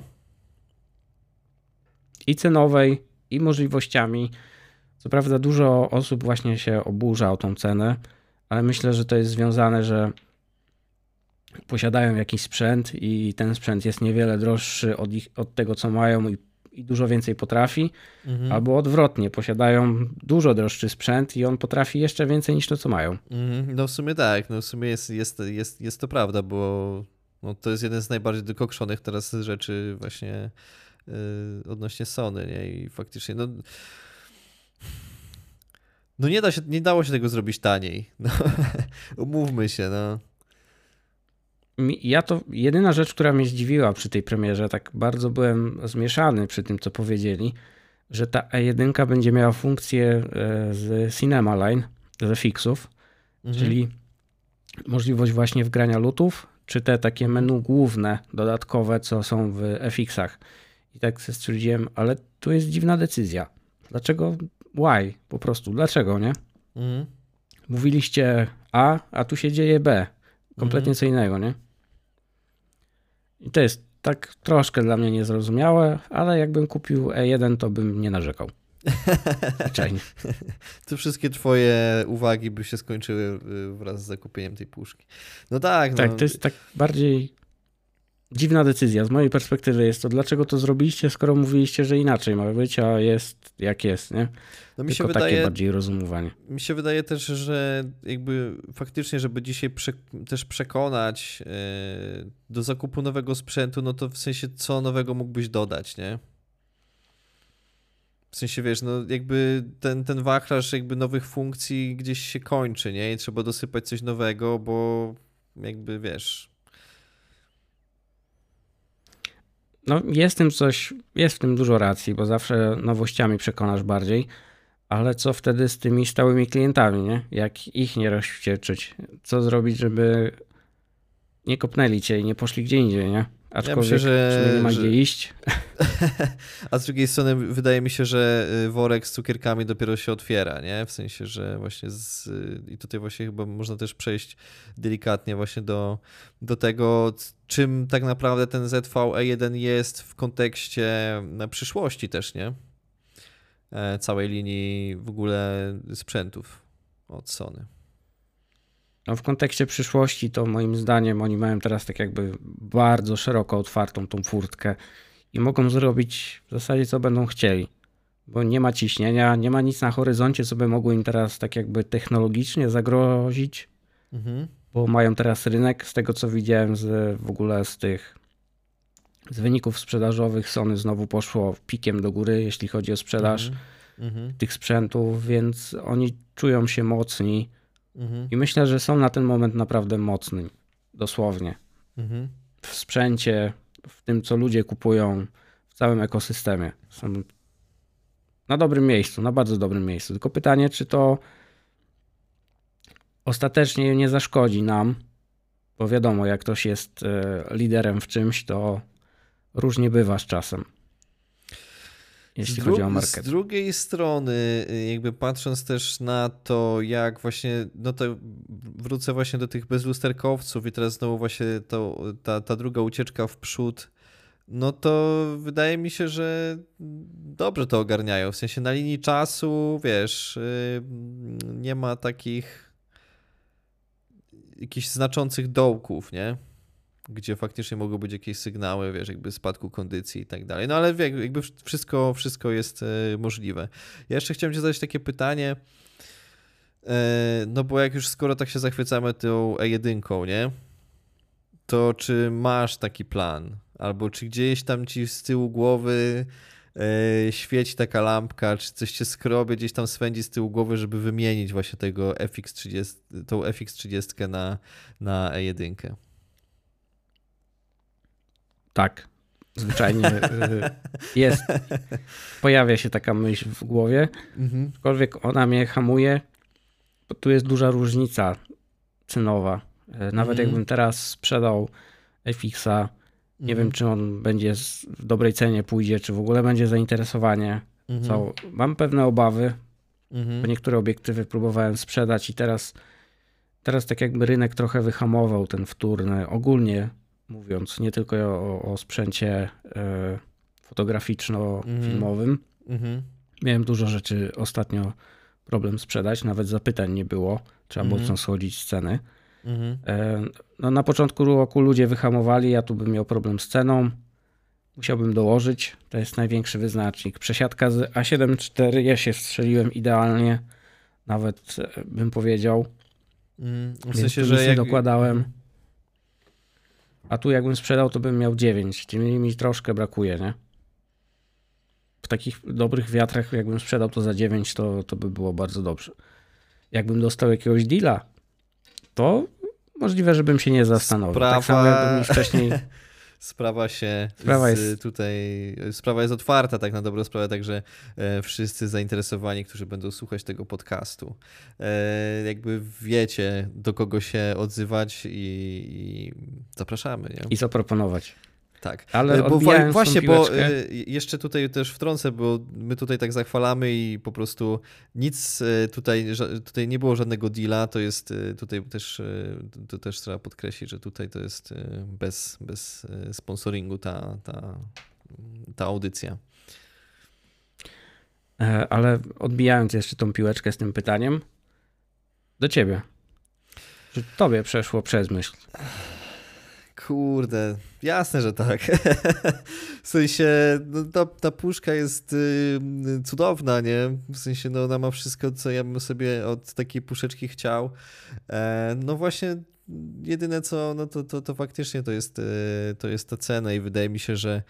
I cenowej, i możliwościami. Co prawda dużo osób właśnie się oburza o tą cenę, ale myślę, że to jest związane, że posiadają jakiś sprzęt i ten sprzęt jest niewiele droższy od, ich, od tego, co mają i, i dużo więcej potrafi, mhm. albo odwrotnie, posiadają dużo droższy sprzęt i on potrafi jeszcze więcej niż to, co mają. Mhm. No w sumie tak, no w sumie jest, jest, jest, jest to prawda, bo no, to jest jeden z najbardziej dokokszonych teraz rzeczy właśnie yy, odnośnie Sony, nie? I faktycznie no... No nie da się, nie dało się tego zrobić taniej. No, umówmy się, no. Ja to, jedyna rzecz, która mnie zdziwiła przy tej premierze, tak bardzo byłem zmieszany przy tym, co powiedzieli, że ta E jeden będzie miała funkcję z Cinema Line, z F X-ów, mhm. czyli możliwość właśnie wgrania lootów, czy te takie menu główne, dodatkowe, co są w F X-ach. I tak sobie stwierdziłem, ale tu jest dziwna decyzja. Dlaczego? Why? Po prostu. Dlaczego, nie? Mhm. Mówiliście A, a tu się dzieje B. Kompletnie mhm. co innego, nie? I to jest tak troszkę dla mnie niezrozumiałe, ale jakbym kupił E jeden, to bym nie narzekał. Zwyczajnie. To wszystkie twoje uwagi by się skończyły wraz z zakupieniem tej puszki. No tak. Tak, no. to jest tak bardziej dziwna decyzja. Z mojej perspektywy jest to, dlaczego to zrobiliście, skoro mówiliście, że inaczej ma być, a jest jak jest, nie? No mi Tylko się wydaje, takie bardziej rozumowanie. Mi się wydaje też, że jakby faktycznie, żeby dzisiaj prze, też przekonać yy, do zakupu nowego sprzętu, no to w sensie co nowego mógłbyś dodać, nie? W sensie, wiesz, no jakby ten, ten wachlarz jakby nowych funkcji gdzieś się kończy, nie? I trzeba dosypać coś nowego, bo jakby, wiesz... No jest w tym coś, jest w tym dużo racji, bo zawsze nowościami przekonasz bardziej, ale co wtedy z tymi stałymi klientami, nie? Jak ich nie rozwścieczyć? Co zrobić, żeby nie kopnęli cię i nie poszli gdzie indziej, nie? Aczkolwiek ja myślę, że, nie ma że... gdzie iść. A z drugiej strony wydaje mi się, że worek z cukierkami dopiero się otwiera, nie? W sensie, że właśnie z... i tutaj właśnie chyba można też przejść delikatnie właśnie do, do tego, czym tak naprawdę ten Z V E jeden jest w kontekście przyszłości też, nie? Całej linii w ogóle sprzętów od Sony. No w kontekście przyszłości to moim zdaniem oni mają teraz tak jakby bardzo szeroko otwartą tą furtkę i mogą zrobić w zasadzie co będą chcieli, bo nie ma ciśnienia, nie ma nic na horyzoncie, co by mogło im teraz tak jakby technologicznie zagrozić, mhm. bo mają teraz rynek, z tego co widziałem z, w ogóle z tych z wyników sprzedażowych Sony znowu poszło pikiem do góry, jeśli chodzi o sprzedaż mhm. tych sprzętów, więc oni czują się mocni. Mhm. I myślę, że są na ten moment naprawdę mocni, dosłownie. Mhm. W sprzęcie, w tym, co ludzie kupują, w całym ekosystemie. Są na dobrym miejscu, na bardzo dobrym miejscu. Tylko pytanie, czy to ostatecznie nie zaszkodzi nam, bo wiadomo, jak ktoś jest liderem w czymś, to różnie bywa z czasem. Jeśli z chodzi o marketing. Z drugiej strony, jakby patrząc też na to, jak właśnie, no to wrócę właśnie do tych bezlusterkowców i teraz znowu właśnie to, ta, ta druga ucieczka w przód, no to wydaje mi się, że dobrze to ogarniają. W sensie na linii czasu, wiesz, nie ma takich jakichś znaczących dołków, nie? Gdzie faktycznie mogą być jakieś sygnały, wiesz, jakby spadku kondycji i tak dalej. No ale jakby wszystko, wszystko jest możliwe. Ja jeszcze chciałem ci zadać takie pytanie, no bo jak już skoro tak się zachwycamy tą E jeden, nie? To czy masz taki plan? Albo czy gdzieś tam ci z tyłu głowy świeci taka lampka, czy coś cię skrobie, gdzieś tam swędzi z tyłu głowy, żeby wymienić właśnie tego F X trzydzieści, tą F X trzydzieści na, na E jeden? Tak, zwyczajnie jest, pojawia się taka myśl w głowie, mhm. aczkolwiek ona mnie hamuje, bo tu jest duża różnica cenowa. Nawet mhm. jakbym teraz sprzedał F X-a, nie mhm. wiem, czy on będzie w dobrej cenie pójdzie, czy w ogóle będzie zainteresowanie. Mhm. Co, mam pewne obawy, mhm. bo niektóre obiektywy próbowałem sprzedać i teraz, teraz tak jakby rynek trochę wyhamował, ten wtórny, ogólnie mówiąc, nie tylko o, o sprzęcie e, fotograficzno-filmowym. Mhm. Miałem dużo rzeczy ostatnio problem sprzedać, nawet zapytań nie było, trzeba Mhm. mocno schodzić z ceny. Mhm. E, no, na początku roku ludzie wyhamowali, ja tu bym miał problem z ceną, musiałbym dołożyć, to jest największy wyznacznik. Przesiadka z A siedem cztery, ja się strzeliłem idealnie, nawet e, bym powiedział. Mhm. W Więc sensie, tu że nic nie jak... dokładałem. A tu jakbym sprzedał, to bym miał dziewięć, czyli mi troszkę brakuje, nie? W takich dobrych wiatrach, jakbym sprzedał to za dziewięć, to, to by było bardzo dobrze. Jakbym dostał jakiegoś deala, to możliwe, żebym się nie zastanowił. Sprawa... Tak samo jakbym mi wcześniej... Sprawa się Sprawa z, jest... tutaj, sprawa jest otwarta tak na dobrą sprawę, także e, wszyscy zainteresowani, którzy będą słuchać tego podcastu, e, jakby wiecie, do kogo się odzywać i, i zapraszamy. Nie? I co proponować. Tak, Ale bo odbijając właśnie, tą bo piłeczkę... y, jeszcze tutaj też wtrącę, bo my tutaj tak zachwalamy i po prostu nic y, tutaj, tutaj nie było żadnego deala, to jest y, tutaj też, y, to też trzeba podkreślić, że tutaj to jest y, bez, bez sponsoringu ta, ta, ta audycja. Ale odbijając jeszcze tą piłeczkę z tym pytaniem, do ciebie. Czy tobie przeszło przez myśl? Kurde, jasne, że tak. W sensie, no, ta, ta puszka jest y, cudowna, nie? W sensie, no, ona ma wszystko, co ja bym sobie od takiej puszeczki chciał. E, no właśnie, jedyne co, no to, to, to faktycznie to jest, y, to jest ta cena i wydaje mi się, że y,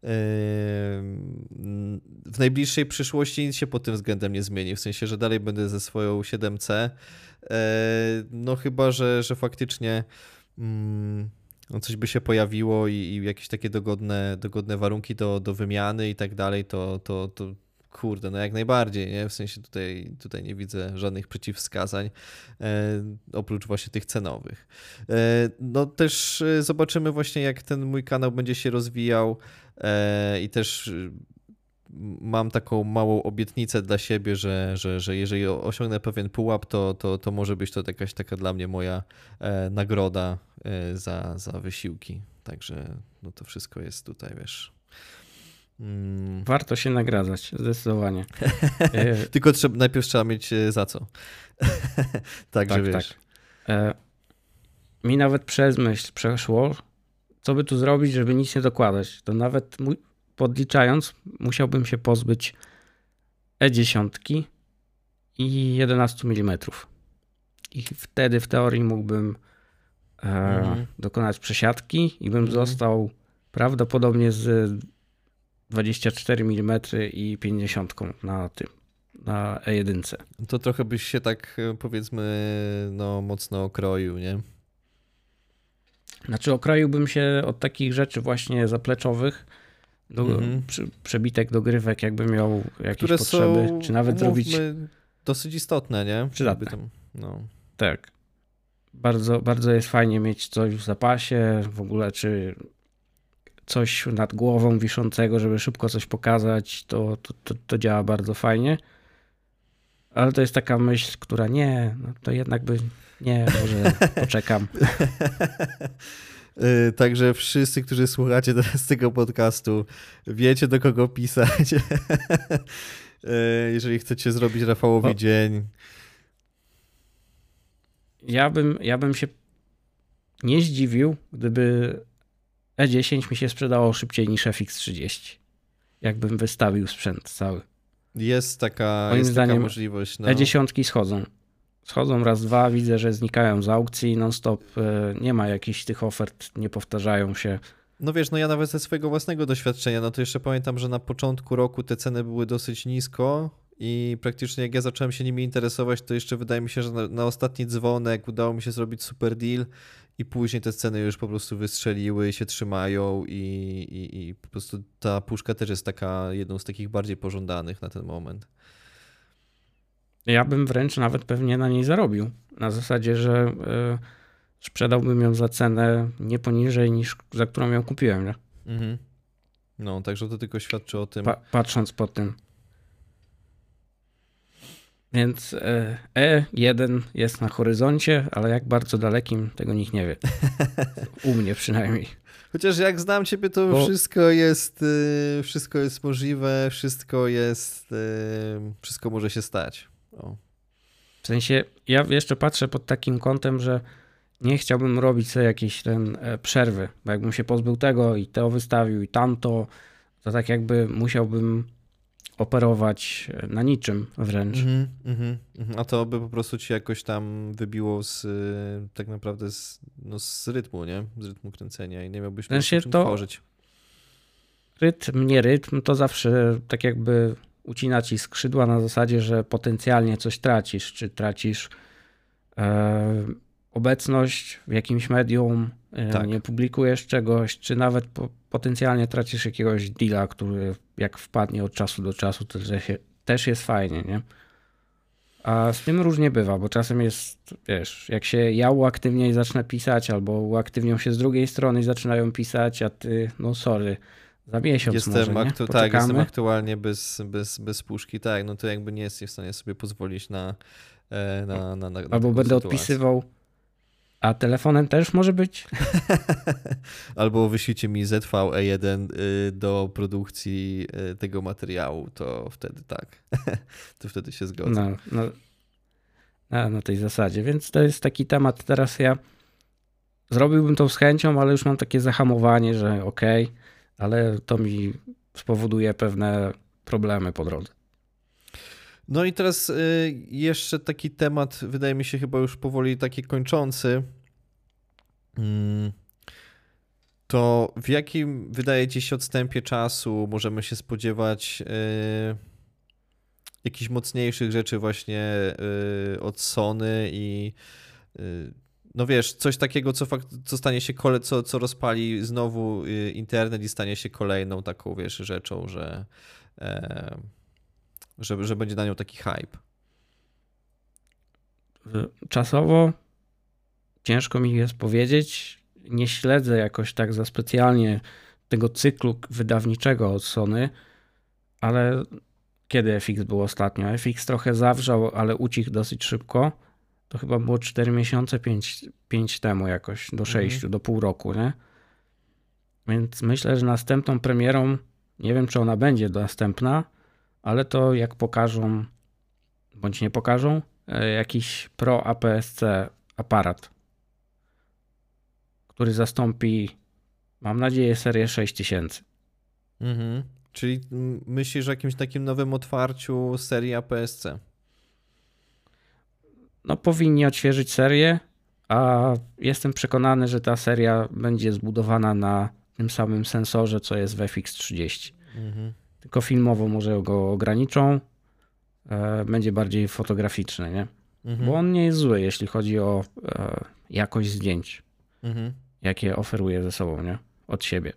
w najbliższej przyszłości nic się pod tym względem nie zmieni. W sensie, że dalej będę ze swoją siedem C. E, no chyba, że, że faktycznie... Mm, no coś by się pojawiło i, i jakieś takie dogodne, dogodne warunki do, do wymiany i tak dalej, to, to, to kurde, no jak najbardziej, nie? W sensie tutaj, tutaj nie widzę żadnych przeciwwskazań, e, oprócz właśnie tych cenowych. E, no też zobaczymy właśnie, jak ten mój kanał będzie się rozwijał e, i też mam taką małą obietnicę dla siebie, że, że, że jeżeli osiągnę pewien pułap, to, to, to może być to jakaś taka dla mnie moja e, nagroda e, za, za wysiłki. Także no to wszystko jest tutaj, wiesz. Mm. Warto się nagradzać, zdecydowanie. Tylko trzeba, najpierw trzeba mieć za co. Także tak, wiesz. Tak. E, mi nawet przez myśl przeszło, co by tu zrobić, żeby nic nie dokładać. To nawet mój, podliczając, musiałbym się pozbyć E dziesięć i jedenaście milimetrów. I wtedy w teorii mógłbym e, mm. dokonać przesiadki i bym mm. został prawdopodobnie z dwadzieścia cztery milimetry i pięćdziesiąt na tym, na E jeden. To trochę byś się tak, powiedzmy, no mocno okroił, nie? Znaczy okroiłbym się od takich rzeczy właśnie zapleczowych, do, mm-hmm. przy, przebitek dogrywek, jakby miał jakieś które potrzeby, są, czy nawet zrobić... dosyć istotne, nie? Przydatne. Tam, no. Tak. Bardzo, bardzo jest fajnie mieć coś w zapasie, w ogóle czy coś nad głową wiszącego, żeby szybko coś pokazać, to, to, to, to działa bardzo fajnie. Ale to jest taka myśl, która nie, no to jednak by nie, może poczekam. Także wszyscy, którzy słuchacie teraz tego podcastu, wiecie, do kogo pisać. Jeżeli chcecie zrobić Rafałowi o. dzień. Ja bym, ja bym się nie zdziwił, gdyby E dziesięć mi się sprzedało szybciej niż F X trzydzieści. Jakbym wystawił sprzęt cały. Jest taka, Moim jest zdaniem taka możliwość. No. E dziesięć schodzą. Schodzą raz, dwa, widzę, że znikają z aukcji non-stop. Nie ma jakichś tych ofert, nie powtarzają się. No wiesz, no ja nawet ze swojego własnego doświadczenia, no to jeszcze pamiętam, że na początku roku te ceny były dosyć nisko i praktycznie jak ja zacząłem się nimi interesować, to jeszcze wydaje mi się, że na, na ostatni dzwonek udało mi się zrobić super deal i później te ceny już po prostu wystrzeliły, się trzymają i, i, i po prostu ta puszka też jest taka jedną z takich bardziej pożądanych na ten moment. Ja bym wręcz nawet pewnie na niej zarobił. Na zasadzie, że y, sprzedałbym ją za cenę nie poniżej niż za którą ją kupiłem. Nie? Mhm. No, także to tylko świadczy o tym. Pa- patrząc po tym. Więc E jeden jest na horyzoncie, ale jak bardzo dalekim, tego nikt nie wie. U mnie przynajmniej. Chociaż jak znam ciebie, to Bo... wszystko jest wszystko jest możliwe, wszystko jest wszystko może się stać. O. W sensie ja jeszcze patrzę pod takim kątem, że nie chciałbym robić sobie jakiejś ten przerwy, bo jakbym się pozbył tego i to wystawił i tamto, to tak jakby musiałbym operować na niczym wręcz. Mm-hmm, mm-hmm. A to by po prostu ci jakoś tam wybiło z tak naprawdę z, no, z rytmu, nie? Z rytmu kręcenia i nie miałbyś czym to tworzyć. Rytm, nie rytm, to zawsze tak jakby ucina ci skrzydła na zasadzie, że potencjalnie coś tracisz, czy tracisz e, obecność w jakimś medium, e, tak. nie publikujesz czegoś, czy nawet po, potencjalnie tracisz jakiegoś deala, który jak wpadnie od czasu do czasu, to też jest fajnie, nie? A z tym różnie bywa, bo czasem jest, wiesz, jak się ja uaktywnię i zacznę pisać, albo uaktywnią się z drugiej strony i zaczynają pisać, a ty, no sorry, za miesiąc jestem może, nie? Aktu- tak, jestem aktualnie bez, bez, bez puszki, tak, no to jakby nie jesteś w stanie sobie pozwolić na na, na, na, na albo będę sytuację. Odpisywał, a telefonem też może być? Albo wyślijcie mi Z V E jeden do produkcji tego materiału, to wtedy tak, to wtedy się zgodzę. No, no, na, na tej zasadzie, więc to jest taki temat, teraz ja zrobiłbym to z chęcią, ale już mam takie zahamowanie, że okej, okay, ale to mi spowoduje pewne problemy po drodze. No i teraz jeszcze taki temat, wydaje mi się chyba już powoli taki kończący. To w jakim, wydaje ci się, odstępie czasu możemy się spodziewać jakichś mocniejszych rzeczy właśnie od Sony i no wiesz, coś takiego, co, fakt, co stanie się, kole, co, co rozpali znowu internet i stanie się kolejną taką, wiesz, rzeczą, że Że, że będzie na nią taki hype. Czasowo ciężko mi jest powiedzieć. Nie śledzę jakoś tak za specjalnie tego cyklu wydawniczego od Sony, ale kiedy F X był ostatnio? F X trochę zawrzał, ale ucichł dosyć szybko. To chyba było cztery miesiące, pięć temu jakoś, do sześciu, mhm. do pół roku, nie? Więc myślę, że następną premierą, nie wiem czy ona będzie następna, ale to jak pokażą, bądź nie pokażą, jakiś Pro A P S C aparat, który zastąpi, mam nadzieję, serię sześć tysięcy. Mhm. Czyli myślisz o jakimś takim nowym otwarciu serii A P S C? No powinni odświeżyć serię, a jestem przekonany, że ta seria będzie zbudowana na tym samym sensorze, co jest w F X trzydzieści. Mhm. Tylko filmowo może go ograniczą, e, będzie bardziej fotograficzny, nie? Mhm. Bo on nie jest zły, jeśli chodzi o e, jakość zdjęć, mhm. jakie oferuje ze sobą, nie? Od siebie.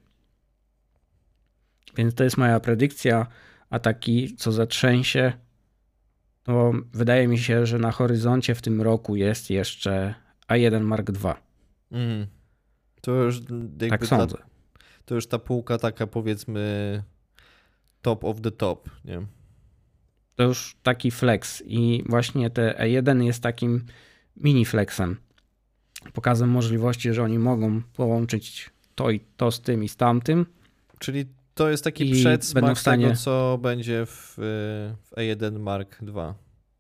Więc to jest moja predykcja, a taki, co zatrzęsie, to wydaje mi się, że na horyzoncie w tym roku jest jeszcze A jeden Mark dwa. Mhm. To już jakby tak sądzę. Ta, to już ta półka taka, powiedzmy, top of the top, nie? To już taki flex i właśnie te E jeden jest takim mini flexem. Pokazem możliwości, że oni mogą połączyć to i to z tym i z tamtym. Czyli to jest taki przedsmak w stanie... tego, co będzie w, w A jeden Mark dwa.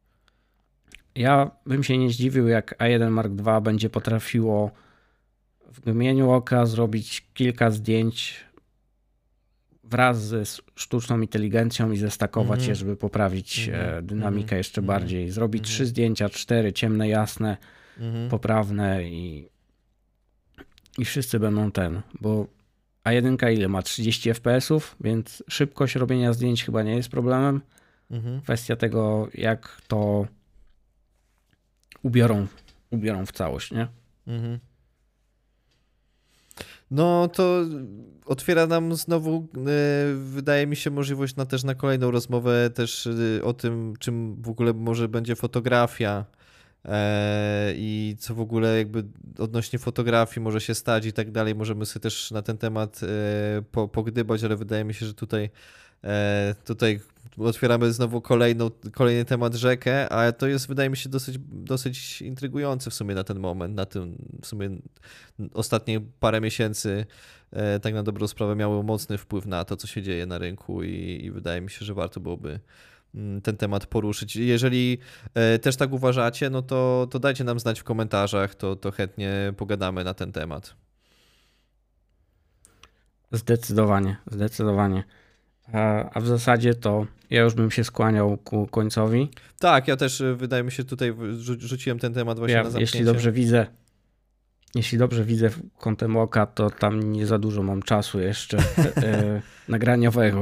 Ja bym się nie zdziwił, jak A jeden Mark dwa będzie potrafiło w mgnieniu oka zrobić kilka zdjęć wraz ze sztuczną inteligencją i zestakować mm-hmm. je, żeby poprawić mm-hmm. dynamikę mm-hmm. jeszcze bardziej. Zrobić mm-hmm. trzy zdjęcia, cztery, ciemne, jasne, mm-hmm. poprawne i, i wszyscy będą ten, bo A jeden ile ma? trzydzieści F P S ów, więc szybkość robienia zdjęć chyba nie jest problemem. Mm-hmm. Kwestia tego, jak to ubiorą, ubiorą w całość, nie? Mm-hmm. No to otwiera nam znowu, wydaje mi się, możliwość na też na kolejną rozmowę też o tym, czym w ogóle może będzie fotografia i co w ogóle jakby odnośnie fotografii może się stać i tak dalej. Możemy sobie też na ten temat pogdybać, ale wydaje mi się, że tutaj tutaj otwieramy znowu kolejną, kolejny temat rzekę, a to jest, wydaje mi się, dosyć, dosyć intrygujące w sumie na ten moment, na tym w sumie ostatnie parę miesięcy e, tak na dobrą sprawę miało mocny wpływ na to, co się dzieje na rynku i, i wydaje mi się, że warto byłoby ten temat poruszyć. Jeżeli e, też tak uważacie, no to, to dajcie nam znać w komentarzach, to, to chętnie pogadamy na ten temat. Zdecydowanie, zdecydowanie. A, a w zasadzie to ja już bym się skłaniał ku końcowi. Tak, ja też wydaje mi się tutaj rzu- rzuciłem ten temat właśnie Ja, na zamknięcie. jeśli dobrze widzę, jeśli dobrze widzę kątem oka, to tam nie za dużo mam czasu jeszcze e, nagraniowego.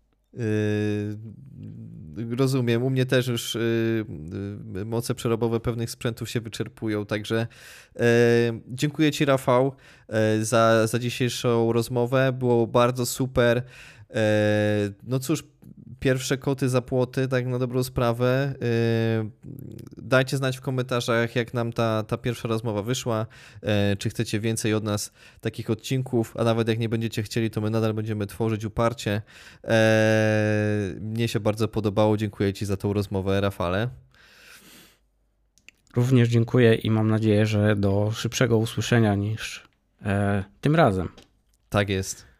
Yy, rozumiem, u mnie też już yy, moce przerobowe pewnych sprzętów się wyczerpują, także yy, dziękuję Ci, Rafał, yy, za, za dzisiejszą rozmowę, było bardzo super. Yy, no cóż, pierwsze koty za płoty, tak na dobrą sprawę. Yy, dajcie znać w komentarzach, jak nam ta, ta pierwsza rozmowa wyszła, yy, czy chcecie więcej od nas takich odcinków, a nawet jak nie będziecie chcieli, to my nadal będziemy tworzyć uparcie. Yy, mnie się bardzo podobało, dziękuję Ci za tą rozmowę, Rafale. Również dziękuję i mam nadzieję, że do szybszego usłyszenia niż e, tym razem. Tak jest.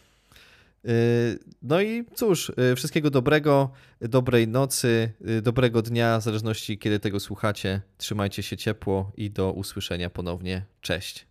No i cóż, wszystkiego dobrego, dobrej nocy, dobrego dnia, w zależności kiedy tego słuchacie. Trzymajcie się ciepło i do usłyszenia ponownie. Cześć.